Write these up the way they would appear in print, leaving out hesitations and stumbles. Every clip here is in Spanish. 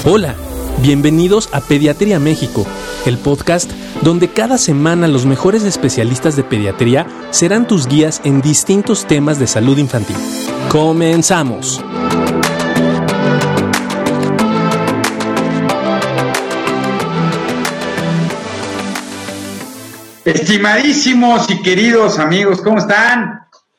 Hola, bienvenidos a Pediatría México, el podcast donde cada semana los mejores especialistas de pediatría serán tus guías en distintos temas de salud infantil. ¡Comenzamos! Estimadísimos y queridos amigos, ¿cómo están?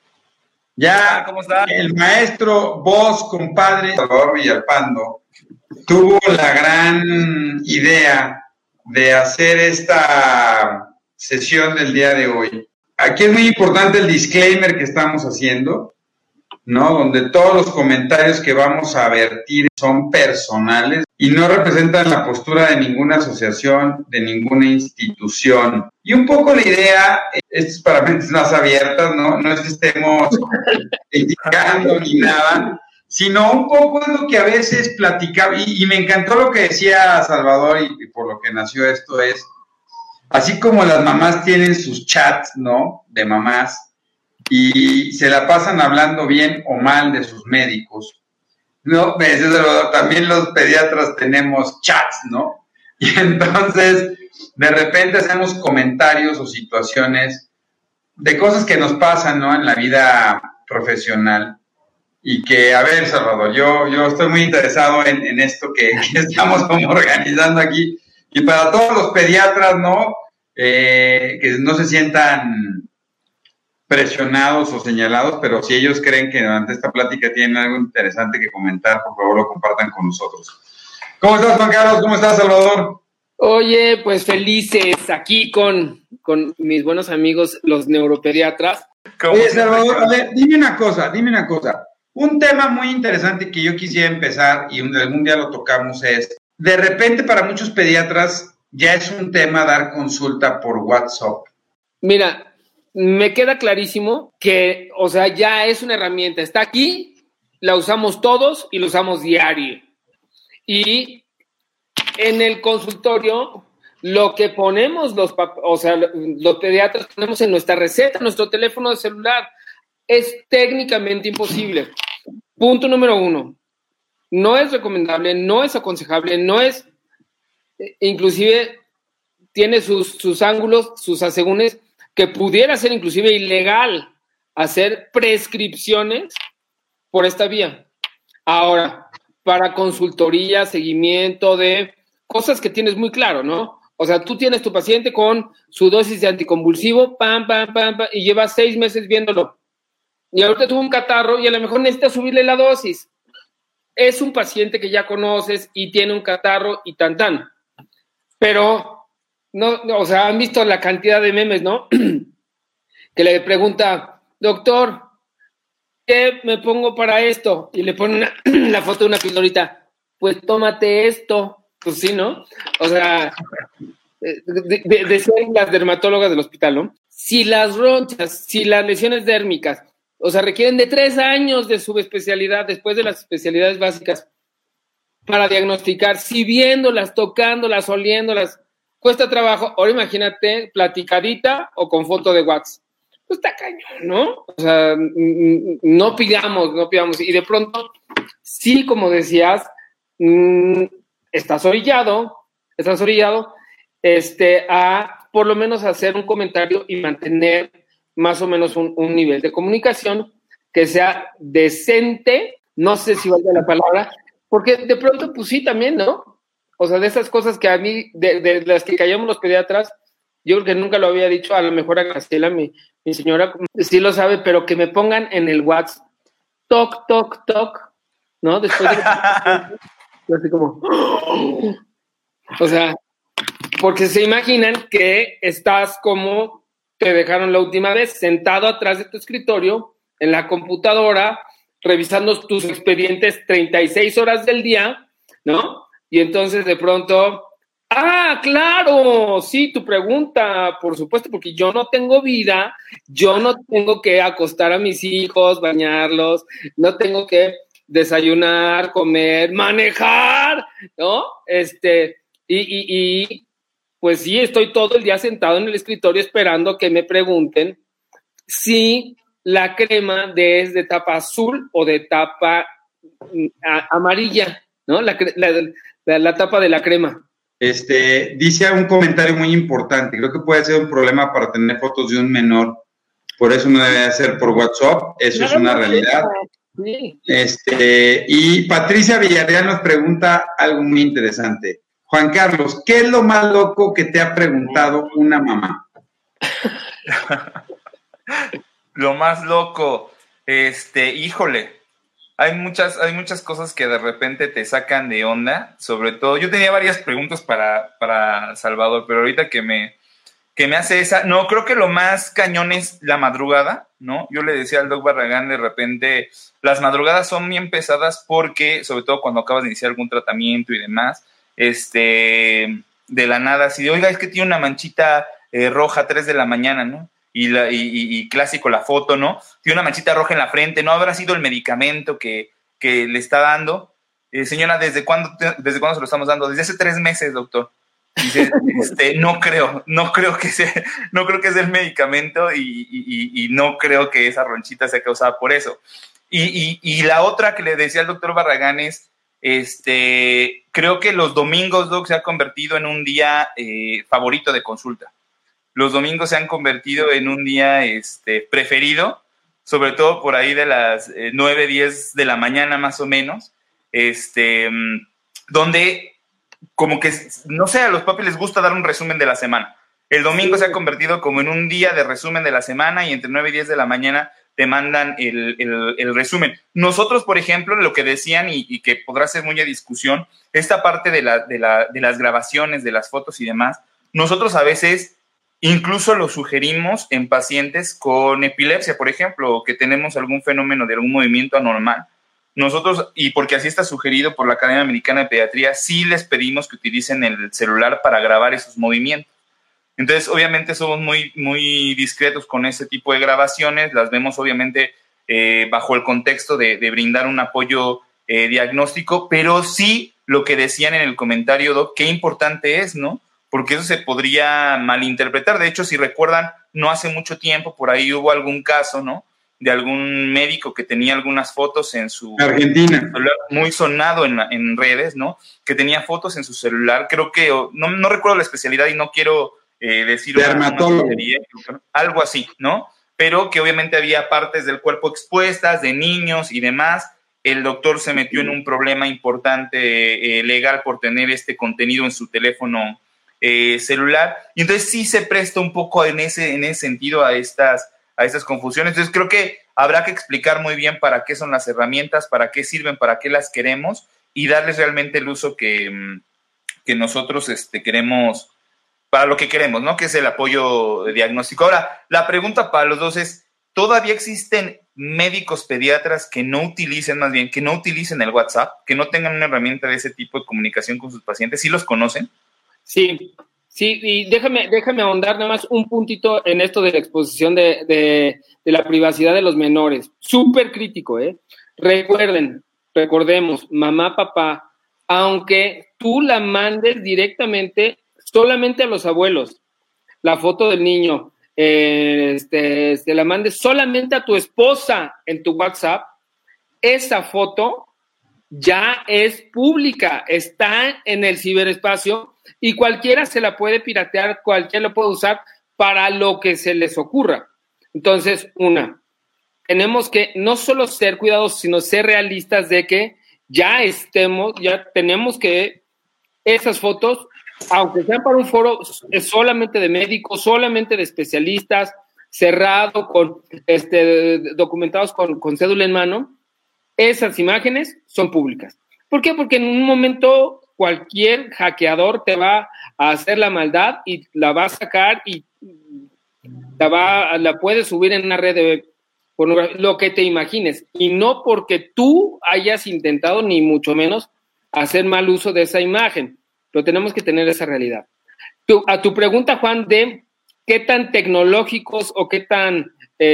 Ya, ¿cómo están? El maestro, vos, compadre Salvador Villalpando, tuvo la gran idea de hacer esta sesión del día de hoy. Aquí es muy importante el disclaimer que estamos haciendo, ¿no? Donde todos los comentarios que vamos a vertir son personales y no representan la postura de ninguna asociación, de ninguna institución. Y un poco la idea, esto es para mentes más abiertas, no es que estemos criticando ni nada, sino un poco es lo que a veces platicaba, y me encantó lo que decía Salvador, y por lo que nació esto es, así como las mamás tienen sus chats, ¿no?, de mamás, y se la pasan hablando bien o mal de sus médicos, ¿no? Me decía Salvador, también los pediatras tenemos chats, ¿no? Y entonces, de repente hacemos comentarios o situaciones de cosas que nos pasan, ¿no?, en la vida profesional. Y que, a ver, Salvador, yo estoy muy interesado en esto que estamos como organizando aquí. Y para todos los pediatras, ¿no?, que no se sientan presionados o señalados, pero si ellos creen que durante esta plática tienen algo interesante que comentar, por favor lo compartan con nosotros. ¿Cómo estás, Juan Carlos? ¿Cómo estás, Salvador? Oye, pues felices aquí con mis buenos amigos, los neuropediatras. Oye, Salvador, a ver, dime una cosa. Un tema muy interesante que yo quisiera empezar, y algún día lo tocamos, es, de repente para muchos pediatras ya es un tema dar consulta por WhatsApp. Mira, me queda clarísimo que, o sea, ya es una herramienta, está aquí, la usamos todos y la usamos diario. Y en el consultorio, lo que ponemos los pediatras ponemos en nuestra receta, nuestro teléfono de celular, es técnicamente imposible. Punto número 1. No es recomendable, no es aconsejable, no es, inclusive tiene sus ángulos, sus asegúnes, que pudiera ser inclusive ilegal hacer prescripciones por esta vía. Ahora, para consultoría, seguimiento de cosas que tienes muy claro, ¿no? O sea, tú tienes tu paciente con su dosis de anticonvulsivo, pam, y llevas 6 meses viéndolo. Y ahorita tuvo un catarro y a lo mejor necesitas subirle la dosis. Es un paciente que ya conoces y tiene un catarro y tan. Pero, no, o sea, han visto la cantidad de memes, ¿no? Que le pregunta, doctor, ¿qué me pongo para esto? Y le pone la foto de una pildorita. Pues tómate esto. Pues sí, ¿no? O sea, decían las dermatólogas del hospital, ¿no? Si las ronchas, si las lesiones dérmicas, o sea, requieren de 3 años de subespecialidad después de las especialidades básicas para diagnosticar, si viéndolas, tocándolas, oliéndolas, cuesta trabajo. Ahora imagínate platicadita o con foto de WhatsApp. Pues está cañón, ¿no? O sea, no pidamos. Y de pronto, sí, como decías, estás orillado a por lo menos hacer un comentario y mantener más o menos un nivel de comunicación que sea decente, no sé si valga la palabra, porque de pronto, pues sí, también, ¿no? O sea, de esas cosas que a mí, de las que callamos los pediatras, yo creo que nunca lo había dicho, a lo mejor a Graciela, mi señora, sí lo sabe, pero que me pongan en el WhatsApp, toc, ¿no? Después de yo así como, o sea, porque se imaginan que estás como te dejaron la última vez, sentado atrás de tu escritorio, en la computadora, revisando tus expedientes 36 horas del día, ¿no? Y entonces de pronto, claro, sí, tu pregunta, por supuesto, porque yo no tengo vida, yo no tengo que acostar a mis hijos, bañarlos, no tengo que desayunar, comer, manejar, ¿no? Pues sí, estoy todo el día sentado en el escritorio esperando que me pregunten si la crema es de tapa azul o de tapa amarilla. ¿no? La tapa de la crema. Dice un comentario muy importante, creo que puede ser un problema para tener fotos de un menor, por eso no debe hacer por WhatsApp, eso es una realidad. Sí. Y Patricia Villarreal nos pregunta algo muy interesante. Juan Carlos, ¿qué es lo más loco que te ha preguntado una mamá? Lo más loco, híjole, hay muchas cosas que de repente te sacan de onda, sobre todo, yo tenía varias preguntas para Salvador, pero ahorita que me hace esa, no, creo que lo más cañón es la madrugada, ¿no? Yo le decía al Doc Barragán, de repente, las madrugadas son bien pesadas porque, sobre todo cuando acabas de iniciar algún tratamiento y demás, de la nada, así de, oiga, es que tiene una manchita roja, 3 de la mañana, ¿no? Y clásico la foto, ¿no? Tiene una manchita roja en la frente, ¿no habrá sido el medicamento que le está dando? Señora, ¿desde cuándo se lo estamos dando? Desde hace 3 meses, doctor. Dice, no creo que sea el medicamento y no creo que esa ronchita sea causada por eso. Y la otra que le decía al doctor Barragán es, creo que los domingos, Doc, se ha convertido en un día favorito de consulta. Los domingos se han convertido en un día preferido, sobre todo por ahí de las 9, 10 de la mañana más o menos, donde como que, no sé, a los papis les gusta dar un resumen de la semana. El domingo se ha convertido como en un día de resumen de la semana y entre 9 y 10 de la mañana te mandan el resumen. Nosotros, por ejemplo, lo que decían y que podrá ser muy a discusión, esta parte de las grabaciones, de las fotos y demás, nosotros a veces incluso lo sugerimos en pacientes con epilepsia, por ejemplo, o que tenemos algún fenómeno de algún movimiento anormal. Nosotros, y porque así está sugerido por la Academia Americana de Pediatría, sí les pedimos que utilicen el celular para grabar esos movimientos. Entonces, obviamente, somos muy, muy discretos con ese tipo de grabaciones, las vemos obviamente bajo el contexto de brindar un apoyo diagnóstico, pero sí lo que decían en el comentario, Doc, qué importante es, ¿no? Porque eso se podría malinterpretar. De hecho, si recuerdan, no hace mucho tiempo por ahí hubo algún caso, ¿no?, de algún médico que tenía algunas fotos en su Argentina, celular, muy sonado en redes, ¿no?, que tenía fotos en su celular, creo que, no recuerdo la especialidad y no quiero decir dermatólogo, algo así, ¿no?, pero que obviamente había partes del cuerpo expuestas, de niños y demás. El doctor se metió en un problema importante legal por tener este contenido en su teléfono celular, y entonces sí se presta un poco en ese sentido a estas confusiones. Entonces creo que habrá que explicar muy bien para qué son las herramientas, para qué sirven, para qué las queremos y darles realmente el uso que nosotros queremos, para lo que queremos, ¿no?, que es el apoyo diagnóstico. Ahora, la pregunta para los dos es, ¿todavía existen médicos pediatras que no utilicen el WhatsApp, que no tengan una herramienta de ese tipo de comunicación con sus pacientes? ¿Sí los conocen? Sí, y déjame ahondar nada más un puntito en esto de la exposición de la privacidad de los menores. Súper crítico, ¿eh? Recordemos, mamá, papá, aunque tú la mandes directamente, solamente a los abuelos, la foto del niño, la mandes solamente a tu esposa en tu WhatsApp, esa foto ya es pública, está en el ciberespacio y cualquiera se la puede piratear, cualquiera la puede usar para lo que se les ocurra. Entonces, tenemos que no solo ser cuidadosos, sino ser realistas de que ya tenemos que esas fotos, aunque sean para un foro solamente de médicos, solamente de especialistas, cerrado, documentados con cédula en mano, esas imágenes son públicas. ¿Por qué? Porque en un momento cualquier hackeador te va a hacer la maldad y la va a sacar y la puedes subir en una red de pornografía, lo que te imagines. Y no porque tú hayas intentado, ni mucho menos, hacer mal uso de esa imagen. Pero tenemos que tener esa realidad. A tu pregunta, Juan, de qué tan tecnológicos o qué tan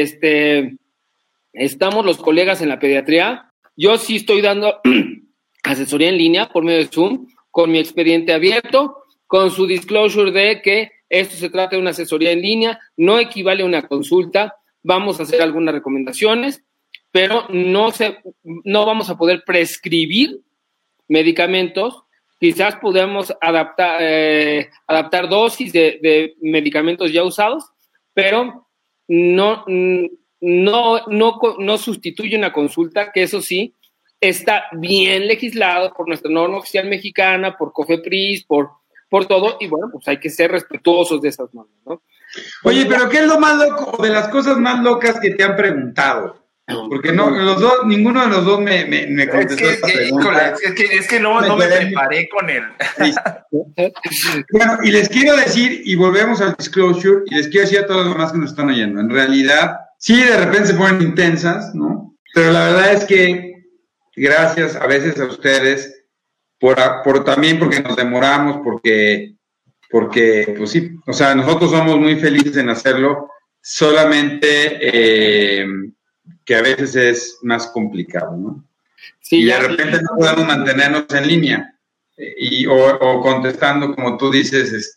estamos los colegas en la pediatría, yo sí estoy dando asesoría en línea por medio de Zoom, con mi expediente abierto, con su disclosure de que esto se trata de una asesoría en línea, no equivale a una consulta, vamos a hacer algunas recomendaciones, pero no vamos a poder prescribir medicamentos, quizás podemos adaptar dosis de medicamentos ya usados, pero no sustituye una consulta, que eso sí está bien legislado por nuestra norma oficial mexicana, por COFEPRIS, por todo, y bueno, pues hay que ser respetuosos de esas normas, ¿no? Oye, pero ¿qué es lo más loco, de las cosas más locas que te han preguntado? Porque no, los dos, ninguno de los dos me contestó esta pregunta. Es que no me preparé con él. Bueno, y les quiero decir, y volvemos al disclosure, y les quiero decir a todos los demás que nos están oyendo, en realidad, sí, de repente se ponen intensas, ¿no? Pero la verdad es que gracias a veces a ustedes, por también porque nos demoramos, porque, pues sí, o sea, nosotros somos muy felices en hacerlo, solamente que a veces es más complicado, ¿no? Sí, y de repente no podemos mantenernos en línea o contestando, como tú dices,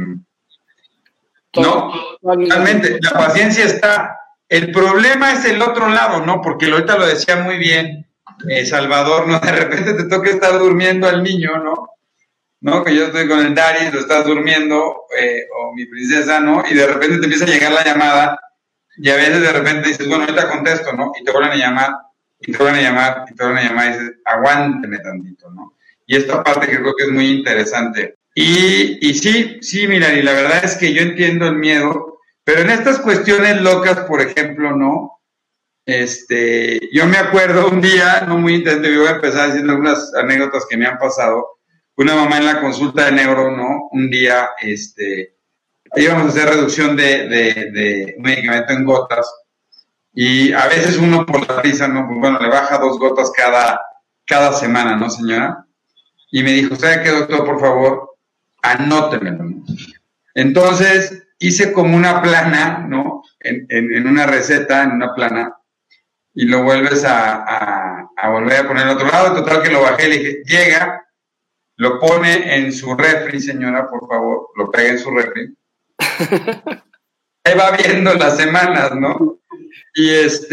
no, realmente, la paciencia está. El problema es el otro lado, ¿no? Porque ahorita lo decía muy bien Salvador, ¿no? De repente te toca estar durmiendo al niño, ¿no? Que yo estoy con el daddy, lo estás durmiendo, o mi princesa, ¿no? Y de repente te empieza a llegar la llamada, y a veces de repente dices, bueno, ahorita contesto, ¿no? Y te vuelven a llamar, y te vuelven a llamar, y te vuelven a llamar, y dices, aguánteme tantito, ¿no? Y esta parte que creo que es muy interesante. Y sí, mira, y la verdad es que yo entiendo el miedo, pero en estas cuestiones locas, por ejemplo, ¿no? Yo me acuerdo un día, no muy intenso, yo voy a empezar diciendo algunas anécdotas que me han pasado. Una mamá en la consulta de neuro, ¿no? Un día, íbamos a hacer reducción de un medicamento en gotas, y a veces uno por la prisa, ¿no? Pues bueno, le baja 2 gotas cada semana, ¿no, señora? Y me dijo, ¿sabe qué, doctor? Por favor, anótemelo, ¿no? Entonces, hice como una plana, ¿no? En una receta, en una plana, y lo vuelves a volver a poner al otro lado. Total que lo bajé, le dije, llega, lo pone en su refri, señora, por favor, lo pega en su refri. Ahí va viendo las semanas, ¿no? Y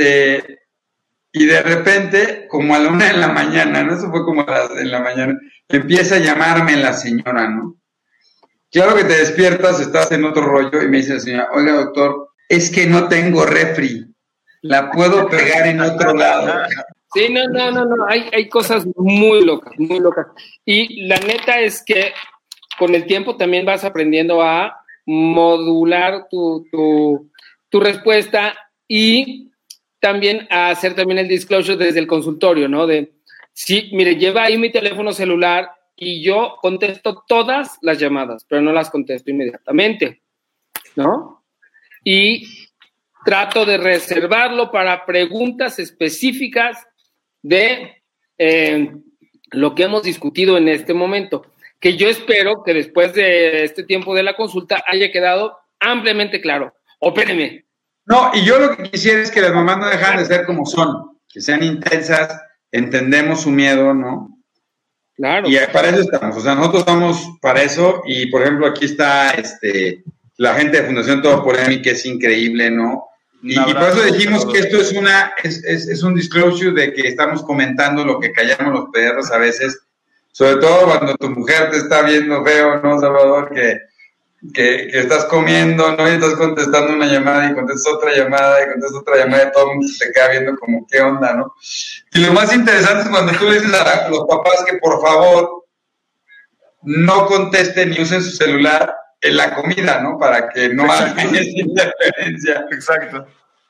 y de repente, como a la 1 de la mañana, ¿no? Eso fue como en la mañana, empieza a llamarme la señora, ¿no? Claro que te despiertas, estás en otro rollo, y me dice la señora, oiga, doctor, es que no tengo refri, la puedo pegar en otro lado. Sí, no, hay cosas muy locas, muy locas. Y la neta es que con el tiempo también vas aprendiendo a modular tu respuesta, y también a hacer también el disclosure desde el consultorio, ¿no? De, sí, mire, lleva ahí mi teléfono celular y yo contesto todas las llamadas, pero no las contesto inmediatamente, ¿no? Y trato de reservarlo para preguntas específicas de lo que hemos discutido en este momento, que yo espero que después de este tiempo de la consulta haya quedado ampliamente claro. Opéreme. No, y yo lo que quisiera es que las mamás no dejan de ser como son, que sean intensas, entendemos su miedo, ¿no? Claro. Y para eso estamos, o sea, nosotros estamos para eso, y por ejemplo aquí está la gente de Fundación Todo por Emi, que es increíble, ¿no? Y por eso dijimos que esto es un disclosure de que estamos comentando lo que callamos los perros a veces, sobre todo cuando tu mujer te está viendo feo, ¿no, Salvador? Que estás comiendo, ¿no? Y estás contestando una llamada y contestas otra llamada y contestas otra llamada, y todo el mundo se te queda viendo como, ¿qué onda, no? Y lo más interesante es cuando tú le dices a los papás que por favor no contesten ni usen su celular en la comida, ¿no? Para que no haya esa interferencia. Exacto.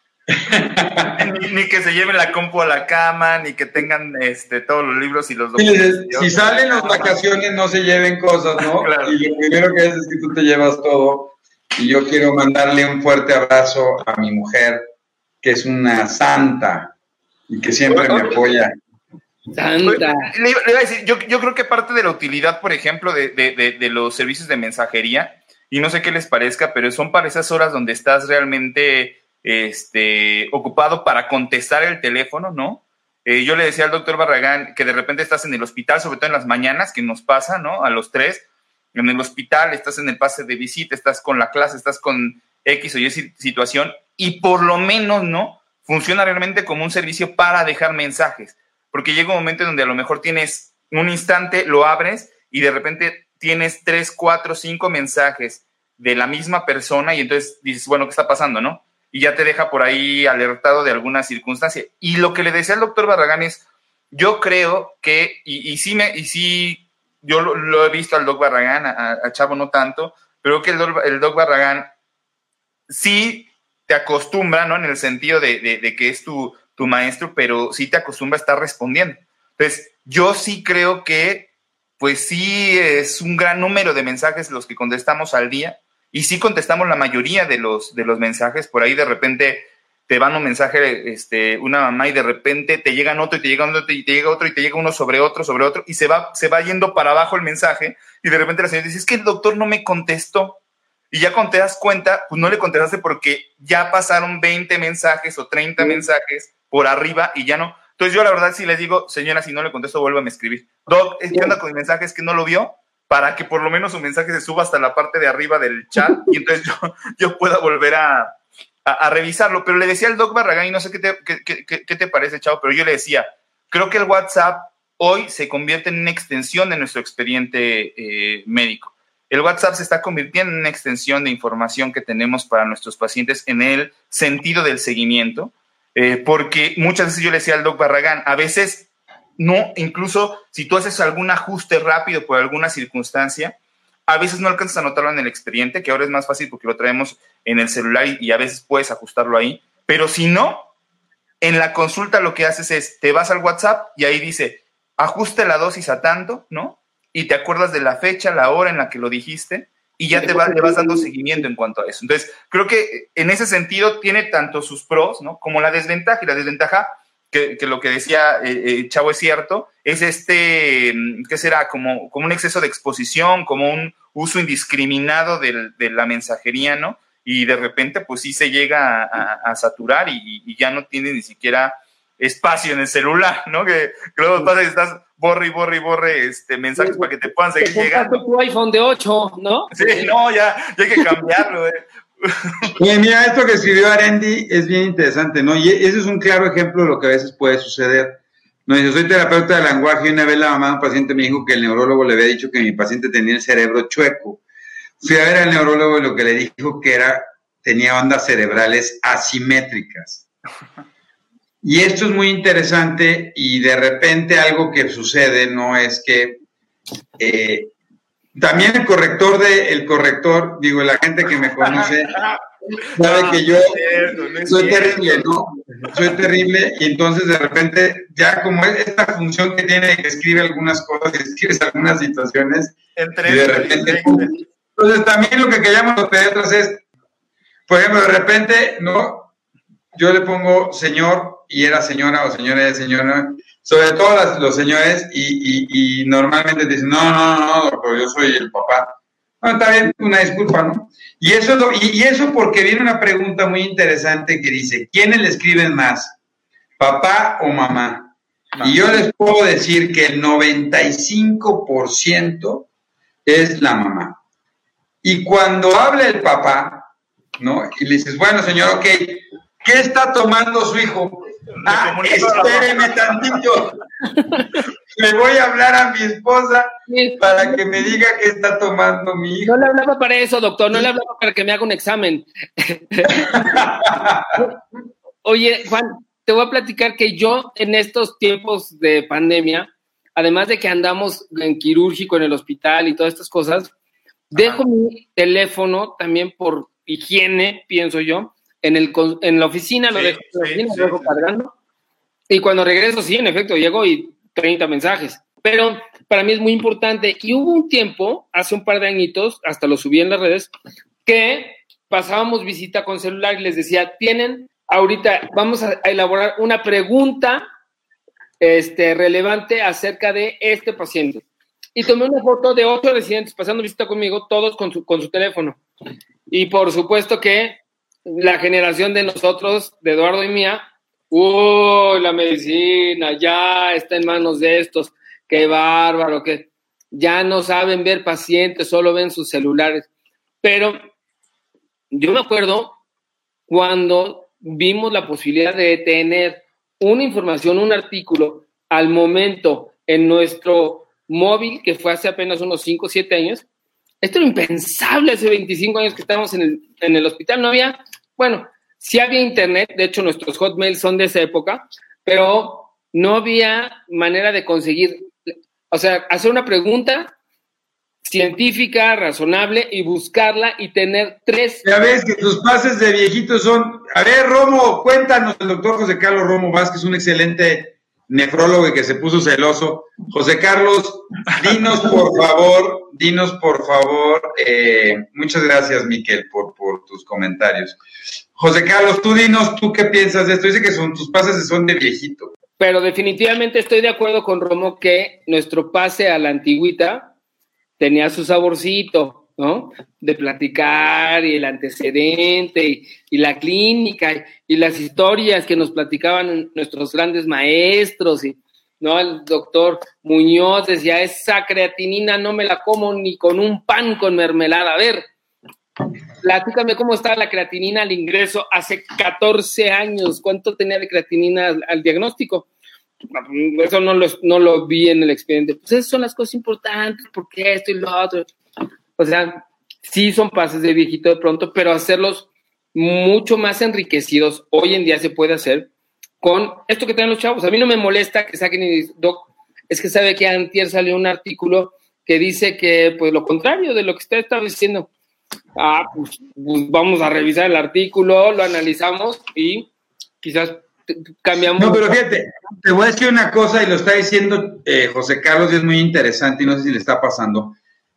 ni que se lleven la compu a la cama, ni que tengan todos los libros y los documentos. Si salen las vacaciones, no se lleven cosas, ¿no? Claro. Y lo primero que haces es que tú te llevas todo. Y yo quiero mandarle un fuerte abrazo a mi mujer, que es una santa y que siempre me apoya. Santa. Le iba a decir, yo creo que parte de la utilidad, por ejemplo, de los servicios de mensajería, y no sé qué les parezca, pero son para esas horas donde estás realmente ocupado para contestar el teléfono, ¿no? Yo le decía al doctor Barragán que de repente estás en el hospital, sobre todo en las mañanas, que nos pasa, ¿no? A los 3, en el hospital, estás en el pase de visita, estás con la clase, estás con X o Y situación, y por lo menos, ¿no? Funciona realmente como un servicio para dejar mensajes, porque llega un momento en donde a lo mejor tienes un instante lo abres y de repente tienes 3, 4, 5 mensajes de la misma persona y entonces dices, bueno, ¿qué está pasando, no? Y ya te deja por ahí alertado de alguna circunstancia. Y lo que le decía al doctor Barragán es, yo creo que, sí, yo lo he visto al doc Barragán, a Chavo no tanto, pero que el doc Barragán sí te acostumbra, ¿no? En el sentido de que es tu maestro, pero sí te acostumbra a estar respondiendo. Entonces, yo sí creo que, pues sí, es un gran número de mensajes los que contestamos al día, y sí contestamos la mayoría de los mensajes. Por ahí de repente te van un mensaje, una mamá, y de repente te llegan otro, y te llega otro, y te llega otro, y te llega uno sobre otro, y se va yendo para abajo el mensaje, y de repente la señora dice, es que el doctor no me contestó. Y ya cuando te das cuenta, pues no le contestaste porque ya pasaron 20 mensajes o 30 mensajes por arriba y ya no. Entonces yo la verdad sí les digo, señora, si no le contesto, vuélvame a escribir. Doc, ¿qué onda con mi mensaje? Es que no lo vio, para que por lo menos su mensaje se suba hasta la parte de arriba del chat y entonces yo pueda volver a revisarlo. Pero le decía al doc Barragán, y no sé qué te parece, Chavo, pero yo le decía, creo que el WhatsApp hoy se convierte en una extensión de nuestro expediente médico. El WhatsApp se está convirtiendo en una extensión de información que tenemos para nuestros pacientes en el sentido del seguimiento, porque muchas veces yo le decía al doc Barragán, a veces no, incluso si tú haces algún ajuste rápido por alguna circunstancia, a veces no alcanzas a anotarlo en el expediente, que ahora es más fácil porque lo traemos en el celular y a veces puedes ajustarlo ahí, pero si no, en la consulta lo que haces es, te vas al WhatsApp y ahí dice, ajuste la dosis a tanto, ¿no? Y te acuerdas de la fecha, la hora en la que lo dijiste, y ya le vas dando seguimiento en cuanto a eso. Entonces, creo que en ese sentido tiene tanto sus pros, ¿no? Como la desventaja, y la desventaja, que lo que decía Chavo es cierto, es ¿qué será? Como un exceso de exposición, como un uso indiscriminado de la mensajería, ¿no? Y de repente, pues sí se llega a saturar y ya no tiene ni siquiera espacio en el celular, ¿no? Que luego pasa y estás borre y borre mensajes para que te puedan seguir llegando. Tu iPhone de 8, ¿no? Sí, no, ya hay que cambiarlo. Oye, mira, esto que escribió Arendi es bien interesante, ¿no? Y ese es un claro ejemplo de lo que a veces puede suceder. No, yo soy terapeuta de lenguaje y una vez la mamá de un paciente me dijo que el neurólogo le había dicho que mi paciente tenía el cerebro chueco. Fui a ver al neurólogo y lo que le dijo que tenía ondas cerebrales asimétricas. Y esto es muy interesante y de repente algo que sucede, ¿no? Es que también el corrector, digo, la gente que me conoce sabe que yo soy terrible, ¿no? Soy terrible y entonces de repente ya como es esta función que tiene que escribe algunas cosas y escribes algunas situaciones y de repente... Entonces también lo que queríamos los pediatras es, por ejemplo, de repente, ¿no? Yo le pongo señor y era señora o señora y señora, sobre todo los señores y normalmente dicen, no, doctor, yo soy el papá. Bueno, está bien, una disculpa, ¿no? Y eso porque viene una pregunta muy interesante que dice, ¿quiénes le escriben más? ¿Papá o mamá? Y yo les puedo decir que el 95% es la mamá. Y cuando habla el papá, ¿no? Y le dices, bueno, señor, ok, ¿qué está tomando su hijo? Espéreme tantito. Le voy a hablar a mi esposa para que me diga qué está tomando mi hijo. No le hablaba para eso, doctor, no le hablaba para que me haga un examen. Oye, Juan, te voy a platicar que yo en estos tiempos de pandemia, además de que andamos en quirúrgico en el hospital y todas estas cosas, dejo mi teléfono también por higiene, pienso yo, en la oficina, lo dejo cargando. Y cuando regreso, sí, en efecto, llego y 30 mensajes. Pero para mí es muy importante. Y hubo un tiempo, hace un par de añitos, hasta lo subí en las redes, que pasábamos visita con celular y les decía, ahorita vamos a elaborar una pregunta relevante acerca de este paciente. Y tomé una foto de 8 residentes pasando visita conmigo, todos con su teléfono. Y por supuesto que la generación de nosotros, de Eduardo y mía, la medicina ya está en manos de estos, qué bárbaro, que ya no saben ver pacientes, solo ven sus celulares. Pero yo me acuerdo cuando vimos la posibilidad de tener una información, un artículo al momento en nuestro móvil, que fue hace apenas unos 5 o 7 años. Esto era impensable hace 25 años que estábamos en el hospital. No había, bueno, sí había internet, de hecho nuestros hotmails son de esa época, pero no había manera de conseguir, o sea, hacer una pregunta científica, razonable y buscarla y tener 3. Ya ves que tus pases de viejitos son... A ver, Romo, cuéntanos, el doctor José Carlos Romo Vázquez, un excelente nefrólogo y que se puso celoso. José Carlos, dinos por favor, muchas gracias, Miquel, por tus comentarios. José Carlos, tú dinos, ¿tú qué piensas de esto? Dice que tus pases son de viejito. Pero definitivamente estoy de acuerdo con Romo que nuestro pase a la antigüita tenía su saborcito, ¿no? De platicar y el antecedente y la clínica y las historias que nos platicaban nuestros grandes maestros, ¿no? El doctor Muñoz decía, esa creatinina no me la como ni con un pan con mermelada. A ver, platícame cómo estaba la creatinina al ingreso hace 14 años. ¿Cuánto tenía de creatinina al diagnóstico? Eso no lo vi en el expediente. Pues esas son las cosas importantes, porque esto y lo otro. O sea, sí son pases de viejito de pronto, pero hacerlos mucho más enriquecidos, hoy en día se puede hacer con esto que traen los chavos. A mí no me molesta que saquen y dicen, Doc, es que sabe que antier salió un artículo que dice que, pues, lo contrario de lo que usted está diciendo. Pues vamos a revisar el artículo, lo analizamos y quizás cambiamos. No, pero fíjate, te voy a decir una cosa y lo está diciendo José Carlos y es muy interesante y no sé si le está pasando.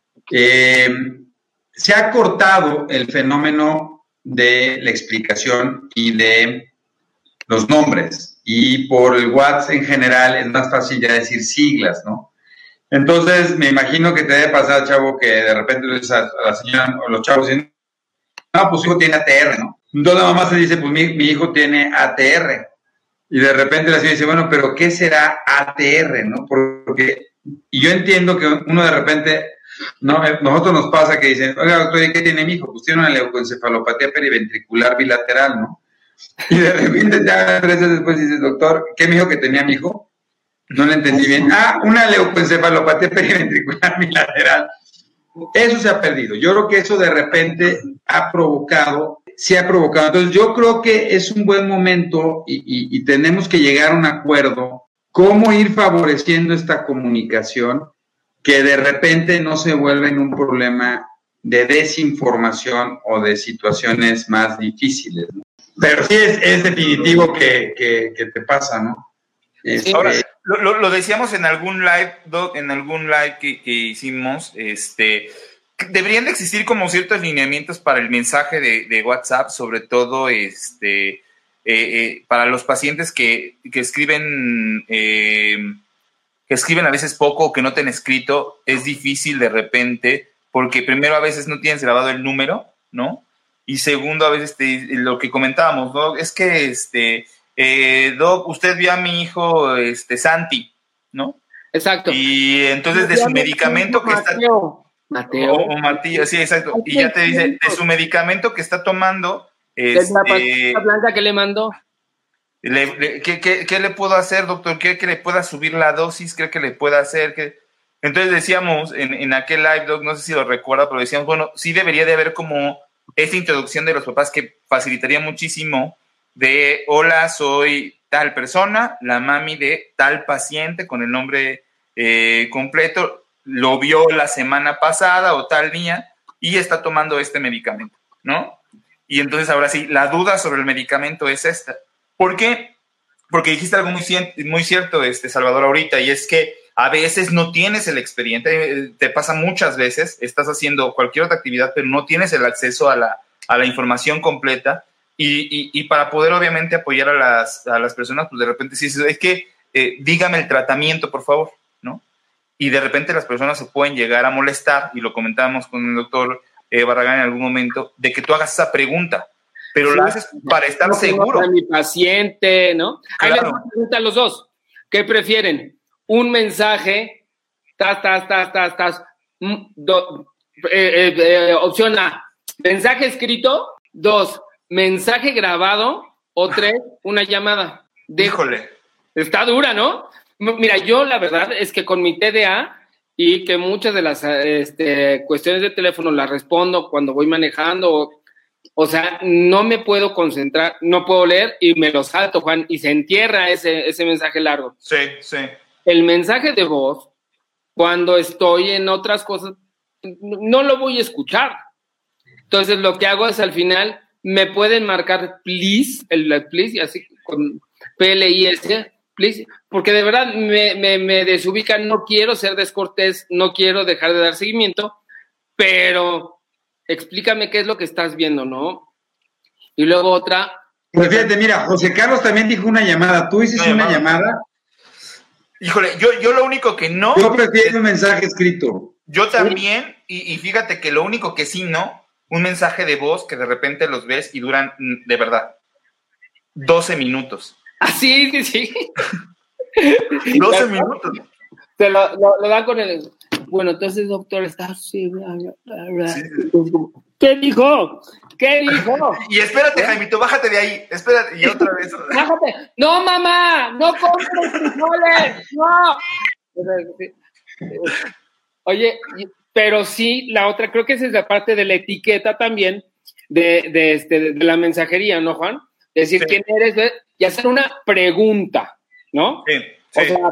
Se ha cortado el fenómeno de la explicación y de los nombres y por el WhatsApp en general es más fácil ya decir siglas, ¿no? Entonces me imagino que te debe pasar, chavo, que de repente le dices a la señora o los chavos dicen, no, pues su hijo tiene ATR, ¿no? Entonces la mamá se dice, pues mi hijo tiene ATR. Y de repente la señora dice, bueno, pero ¿qué será ATR, no? Porque, y yo entiendo que uno de repente, no, nosotros nos pasa que dicen, oiga, doctor, ¿qué tiene mi hijo? Pues tiene una leucoencefalopatía periventricular bilateral, ¿no? Y de repente ya 3 días después dices, doctor, ¿qué me dijo que tenía mi hijo? No le entendí bien. Una leucoencefalopatía periventricular bilateral. Eso se ha perdido. Yo creo que eso de repente se ha provocado. Entonces yo creo que es un buen momento y tenemos que llegar a un acuerdo, cómo ir favoreciendo esta comunicación que de repente no se vuelva en un problema de desinformación o de situaciones más difíciles, ¿no? Pero sí es definitivo que te pasa, ¿no? Ahora, lo decíamos en algún live, Doc, que hicimos, deberían de existir como ciertos lineamientos para el mensaje de WhatsApp, sobre todo para los pacientes que escriben a veces poco o que no te han escrito. Es difícil de repente, porque primero a veces no tienes grabado el número, ¿no? Y segundo, a veces lo que comentábamos, ¿no? Es que Doc, usted vio a mi hijo Santi, ¿no? Exacto. Y entonces de su medicamento que está... Mateo. O Matías, sí, exacto. Y ya te dice, de su medicamento que está tomando... ¿Es la pastilla blanca que le mandó? ¿Qué le puedo hacer, doctor? ¿Cree que le pueda subir la dosis? ¿Cree que le pueda hacer? Entonces decíamos en aquel live, Doc, no sé si lo recuerda, pero decíamos, bueno, sí debería de haber como esta introducción de los papás que facilitaría muchísimo de, hola, soy tal persona, la mami de tal paciente con el nombre completo, lo vio la semana pasada o tal día y está tomando este medicamento, ¿no? Y entonces ahora sí, la duda sobre el medicamento es esta. ¿Por qué? Porque dijiste algo muy cierto, Salvador, ahorita, y es que a veces no tienes el expediente, te pasa muchas veces, estás haciendo cualquier otra actividad, pero no tienes el acceso a la información completa, y para poder obviamente apoyar a las personas, pues de repente sí, es que dígame el tratamiento, por favor, ¿no? Y de repente las personas se pueden llegar a molestar, y lo comentábamos con el doctor Barragán en algún momento, de que tú hagas esa pregunta, pero sí, la haces para estar seguro. Para mi paciente, ¿no? Claro. Ahí les preguntan los dos, ¿qué prefieren? Un mensaje, opción A, mensaje escrito, 2, mensaje grabado, o 3, una llamada. Híjole. Está dura, ¿no? Mira, yo la verdad es que con mi TDA y que muchas de las cuestiones de teléfono las respondo cuando voy manejando, o sea, no me puedo concentrar, no puedo leer y me lo salto, Juan, y se entierra ese mensaje largo. Sí, sí. El mensaje de voz, cuando estoy en otras cosas, no lo voy a escuchar. Entonces, lo que hago es al final, me pueden marcar please, el please, y así con P-L-I-S, please, porque de verdad me desubican, no quiero ser descortés, no quiero dejar de dar seguimiento, pero explícame qué es lo que estás viendo, ¿no? Y luego otra... Pues fíjate, mira, José Carlos también dijo una llamada. ¿Tú hiciste una llamada? Híjole, yo lo único que no... Yo prefiero un mensaje escrito. Yo también, y fíjate que lo único que sí no, un mensaje de voz que de repente los ves y duran, de verdad, 12 minutos. Ah, sí. 12 minutos. Te lo dan con el... Bueno, entonces, doctor, está así, Sí. ¿Qué dijo? Y espérate, Jaimito, bájate de ahí. Espérate, y otra vez. Bájate. No, mamá, no compres frijoles, no. Oye, pero sí, la otra, creo que esa es la parte de la etiqueta también de la mensajería, ¿no, Juan? Decir Sí. quién eres y hacer una pregunta, ¿no? Sí. O sea,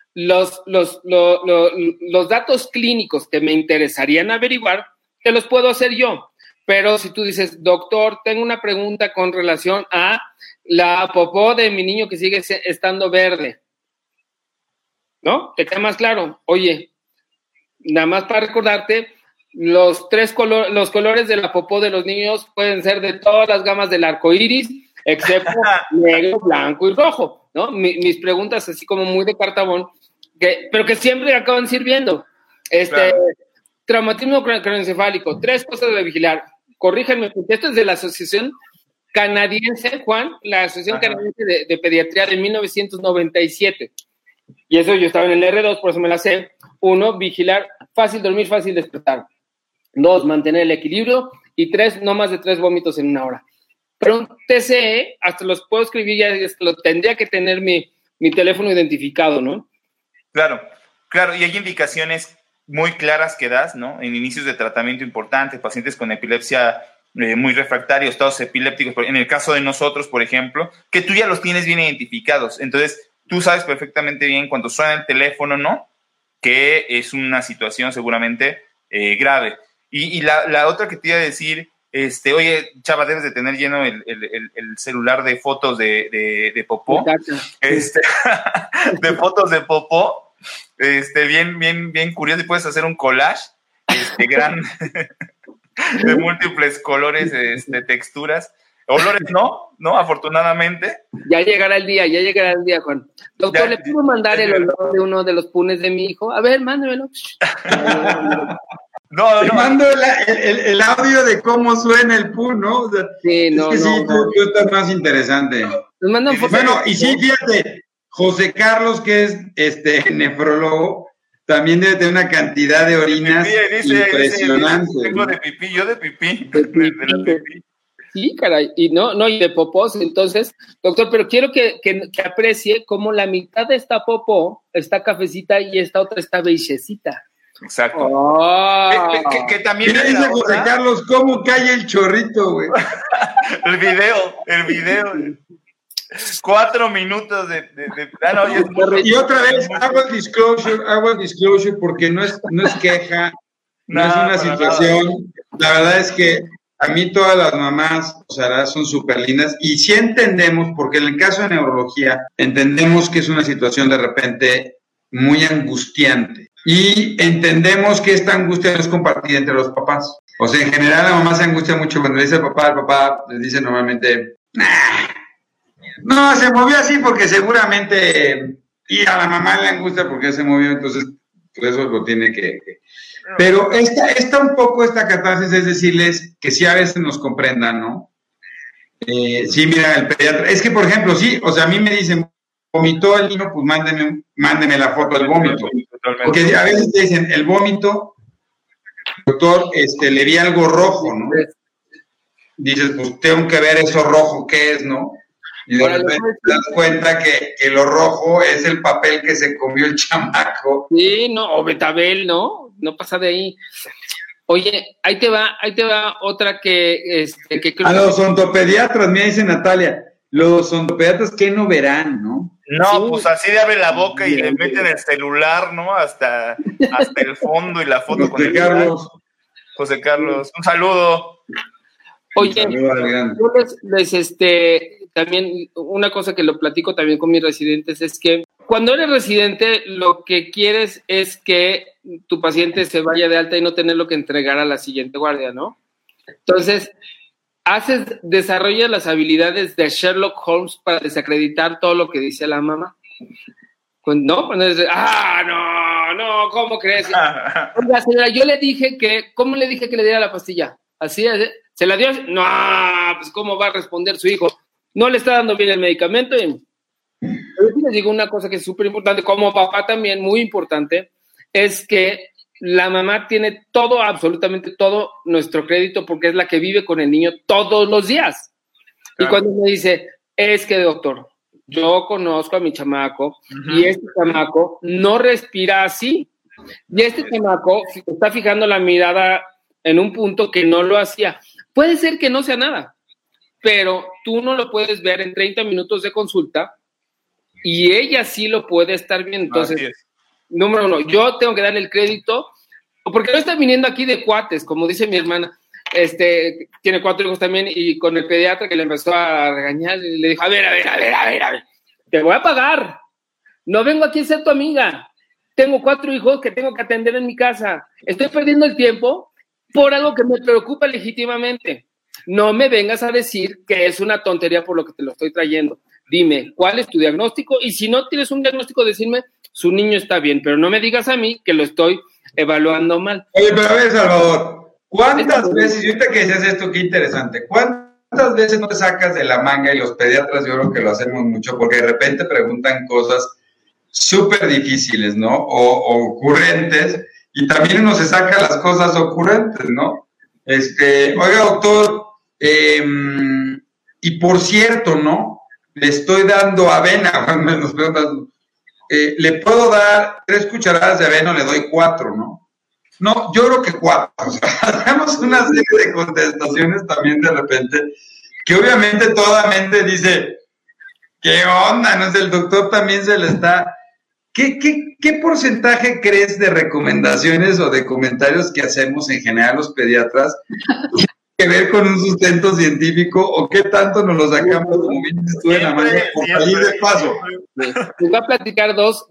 los datos clínicos que me interesarían averiguar, te los puedo hacer yo. Pero si tú dices, doctor, tengo una pregunta con relación a la popó de mi niño que sigue estando verde, ¿no? ¿Te queda más claro? Oye, nada más para recordarte, los colores de la popó de los niños pueden ser de todas las gamas del arco iris, excepto negro, blanco y rojo, ¿no? Mis preguntas así como muy de cartabón, pero que siempre acaban sirviendo. Claro. Traumatismo craneoencefálico, 3 cosas de vigilar. Corríjanme, porque esto es de la Asociación Canadiense, Juan, la Asociación Canadiense de Pediatría de 1997. Y eso yo estaba en el R2, por eso me la sé. 1, vigilar, fácil dormir, fácil despertar. 2, mantener el equilibrio. Y 3, no más de 3 vómitos en 1 hora. Pero un TCE, hasta los puedo escribir, ya lo tendría que tener mi teléfono identificado, ¿no? Claro, y hay indicaciones muy claras que das, ¿no? En inicios de tratamiento importante, pacientes con epilepsia muy refractarios, estados epilépticos, en el caso de nosotros, por ejemplo, que tú ya los tienes bien identificados. Entonces, tú sabes perfectamente bien cuando suena el teléfono, ¿no? Que es una situación seguramente grave. Y la otra que te iba a decir, oye, chava, debes de tener lleno el celular de fotos de popó. De fotos de popó. Bien curioso, y puedes hacer un collage gran de múltiples colores, texturas, olores no, afortunadamente. Ya llegará el día, Juan. Doctor, ¿le puedo mandar el olor de uno de los punes de mi hijo? A ver, mándemelo. No. Te mando el audio de cómo suena el pun, ¿no? O sea, tú estás más interesante. Nos mandan fotos. Bueno, y sí, fíjate, José Carlos, que es nefrólogo, también debe tener una cantidad de orinas impresionante. Tengo de pipí, yo de pipí. Sí, caray, y de popós. Entonces, doctor, pero quiero que aprecie cómo la mitad de esta popó está cafecita y esta otra está beigecita. Exacto. Oh. Que también ¿Qué dice José Carlos? ¿Cómo cae el chorrito, güey? El video. 4 minutos de y otra vez hago el disclosure porque no es queja, no es una situación. La verdad es que a mí todas las mamás, o sea, son súper lindas y sí entendemos, porque en el caso de neurología entendemos que es una situación de repente muy angustiante y entendemos que esta angustia no es compartida entre los papás. O sea, en general la mamá se angustia mucho cuando le dice al papá le dice normalmente, no, se movió así porque seguramente, y a la mamá le angustia porque se movió, entonces por eso lo tiene que... Pero esta un poco, esta catarsis es decirles que sí a veces nos comprendan, ¿no? Sí, mira, el pediatra, es que por ejemplo, sí, o sea, a mí me dicen, vomitó el niño, pues mándeme la foto del vómito. Porque a veces te dicen, el vómito, doctor, le vi algo rojo, ¿no? Dices, pues tengo que ver eso rojo, ¿qué es, no? Y de repente te das cuenta que lo rojo es el papel que se comió el chamaco. Sí, no, o betabel, ¿no? No pasa de ahí. Oye, ahí te va otra que creo a los ontopediatras, me dice Natalia, los ontopediatras, ¿qué no verán, no? No, Sí. pues así le abre la boca y le meten el celular, ¿no? Hasta el fondo y la foto con el Carlos. José Carlos, un saludo. Oye, yo les también una cosa que lo platico también con mis residentes es que cuando eres residente lo que quieres es que tu paciente se vaya de alta y no tenerlo que entregar a la siguiente guardia, ¿no? Entonces, desarrollas las habilidades de Sherlock Holmes para desacreditar todo lo que dice la mamá. ¿No? Cuando dice, no, ¿cómo crees? Oiga, señora, yo le dije ¿cómo le dije que le diera la pastilla? ¿Así? ¿Se la dio? No, pues ¿cómo va a responder su hijo? No le está dando bien el medicamento. Pero sí les digo una cosa que es súper importante, como papá también, muy importante, es que la mamá tiene todo, absolutamente todo nuestro crédito porque es la que vive con el niño todos los días. Claro. Y cuando me dice, es que doctor, yo conozco a mi chamaco y este chamaco no respira así. Y este chamaco está fijando la mirada en un punto que no lo hacía. Puede ser que no sea nada, pero tú no lo puedes ver en 30 minutos de consulta y ella sí lo puede estar viendo. Entonces, número uno, yo tengo que darle el crédito, porque no están viniendo aquí de cuates, como dice mi hermana, tiene 4 hijos también, y con el pediatra que le empezó a regañar, le dijo, a ver, te voy a pagar, no vengo aquí a ser tu amiga, tengo 4 hijos que tengo que atender en mi casa, estoy perdiendo el tiempo por algo que me preocupa legítimamente, no me vengas a decir que es una tontería por lo que te lo estoy trayendo, dime, ¿cuál es tu diagnóstico? Y si no tienes un diagnóstico, decirme, su niño está bien, pero no me digas a mí que lo estoy evaluando mal. Oye, pero a ver, Salvador, ¿cuántas veces, y ahorita que decías esto, qué interesante, cuántas veces no te sacas de la manga? Y los pediatras yo creo que lo hacemos mucho, porque de repente preguntan cosas súper difíciles, ¿no? O ocurrentes, y también uno se saca las cosas ocurrentes, ¿no? Oiga, doctor, y por cierto, ¿no? Le estoy dando avena, le puedo dar 3 cucharadas de avena, le doy 4, ¿no? No, yo creo que 4. O sea, hacemos una serie de contestaciones también de repente, que obviamente toda mente dice, ¿qué onda? No sé, el doctor también se le está... ¿Qué porcentaje crees de recomendaciones o de comentarios que hacemos en general los pediatras que ver con un sustento científico o qué tanto nos lo sacamos como bien tú en la mano por salir de paso? Les voy a platicar dos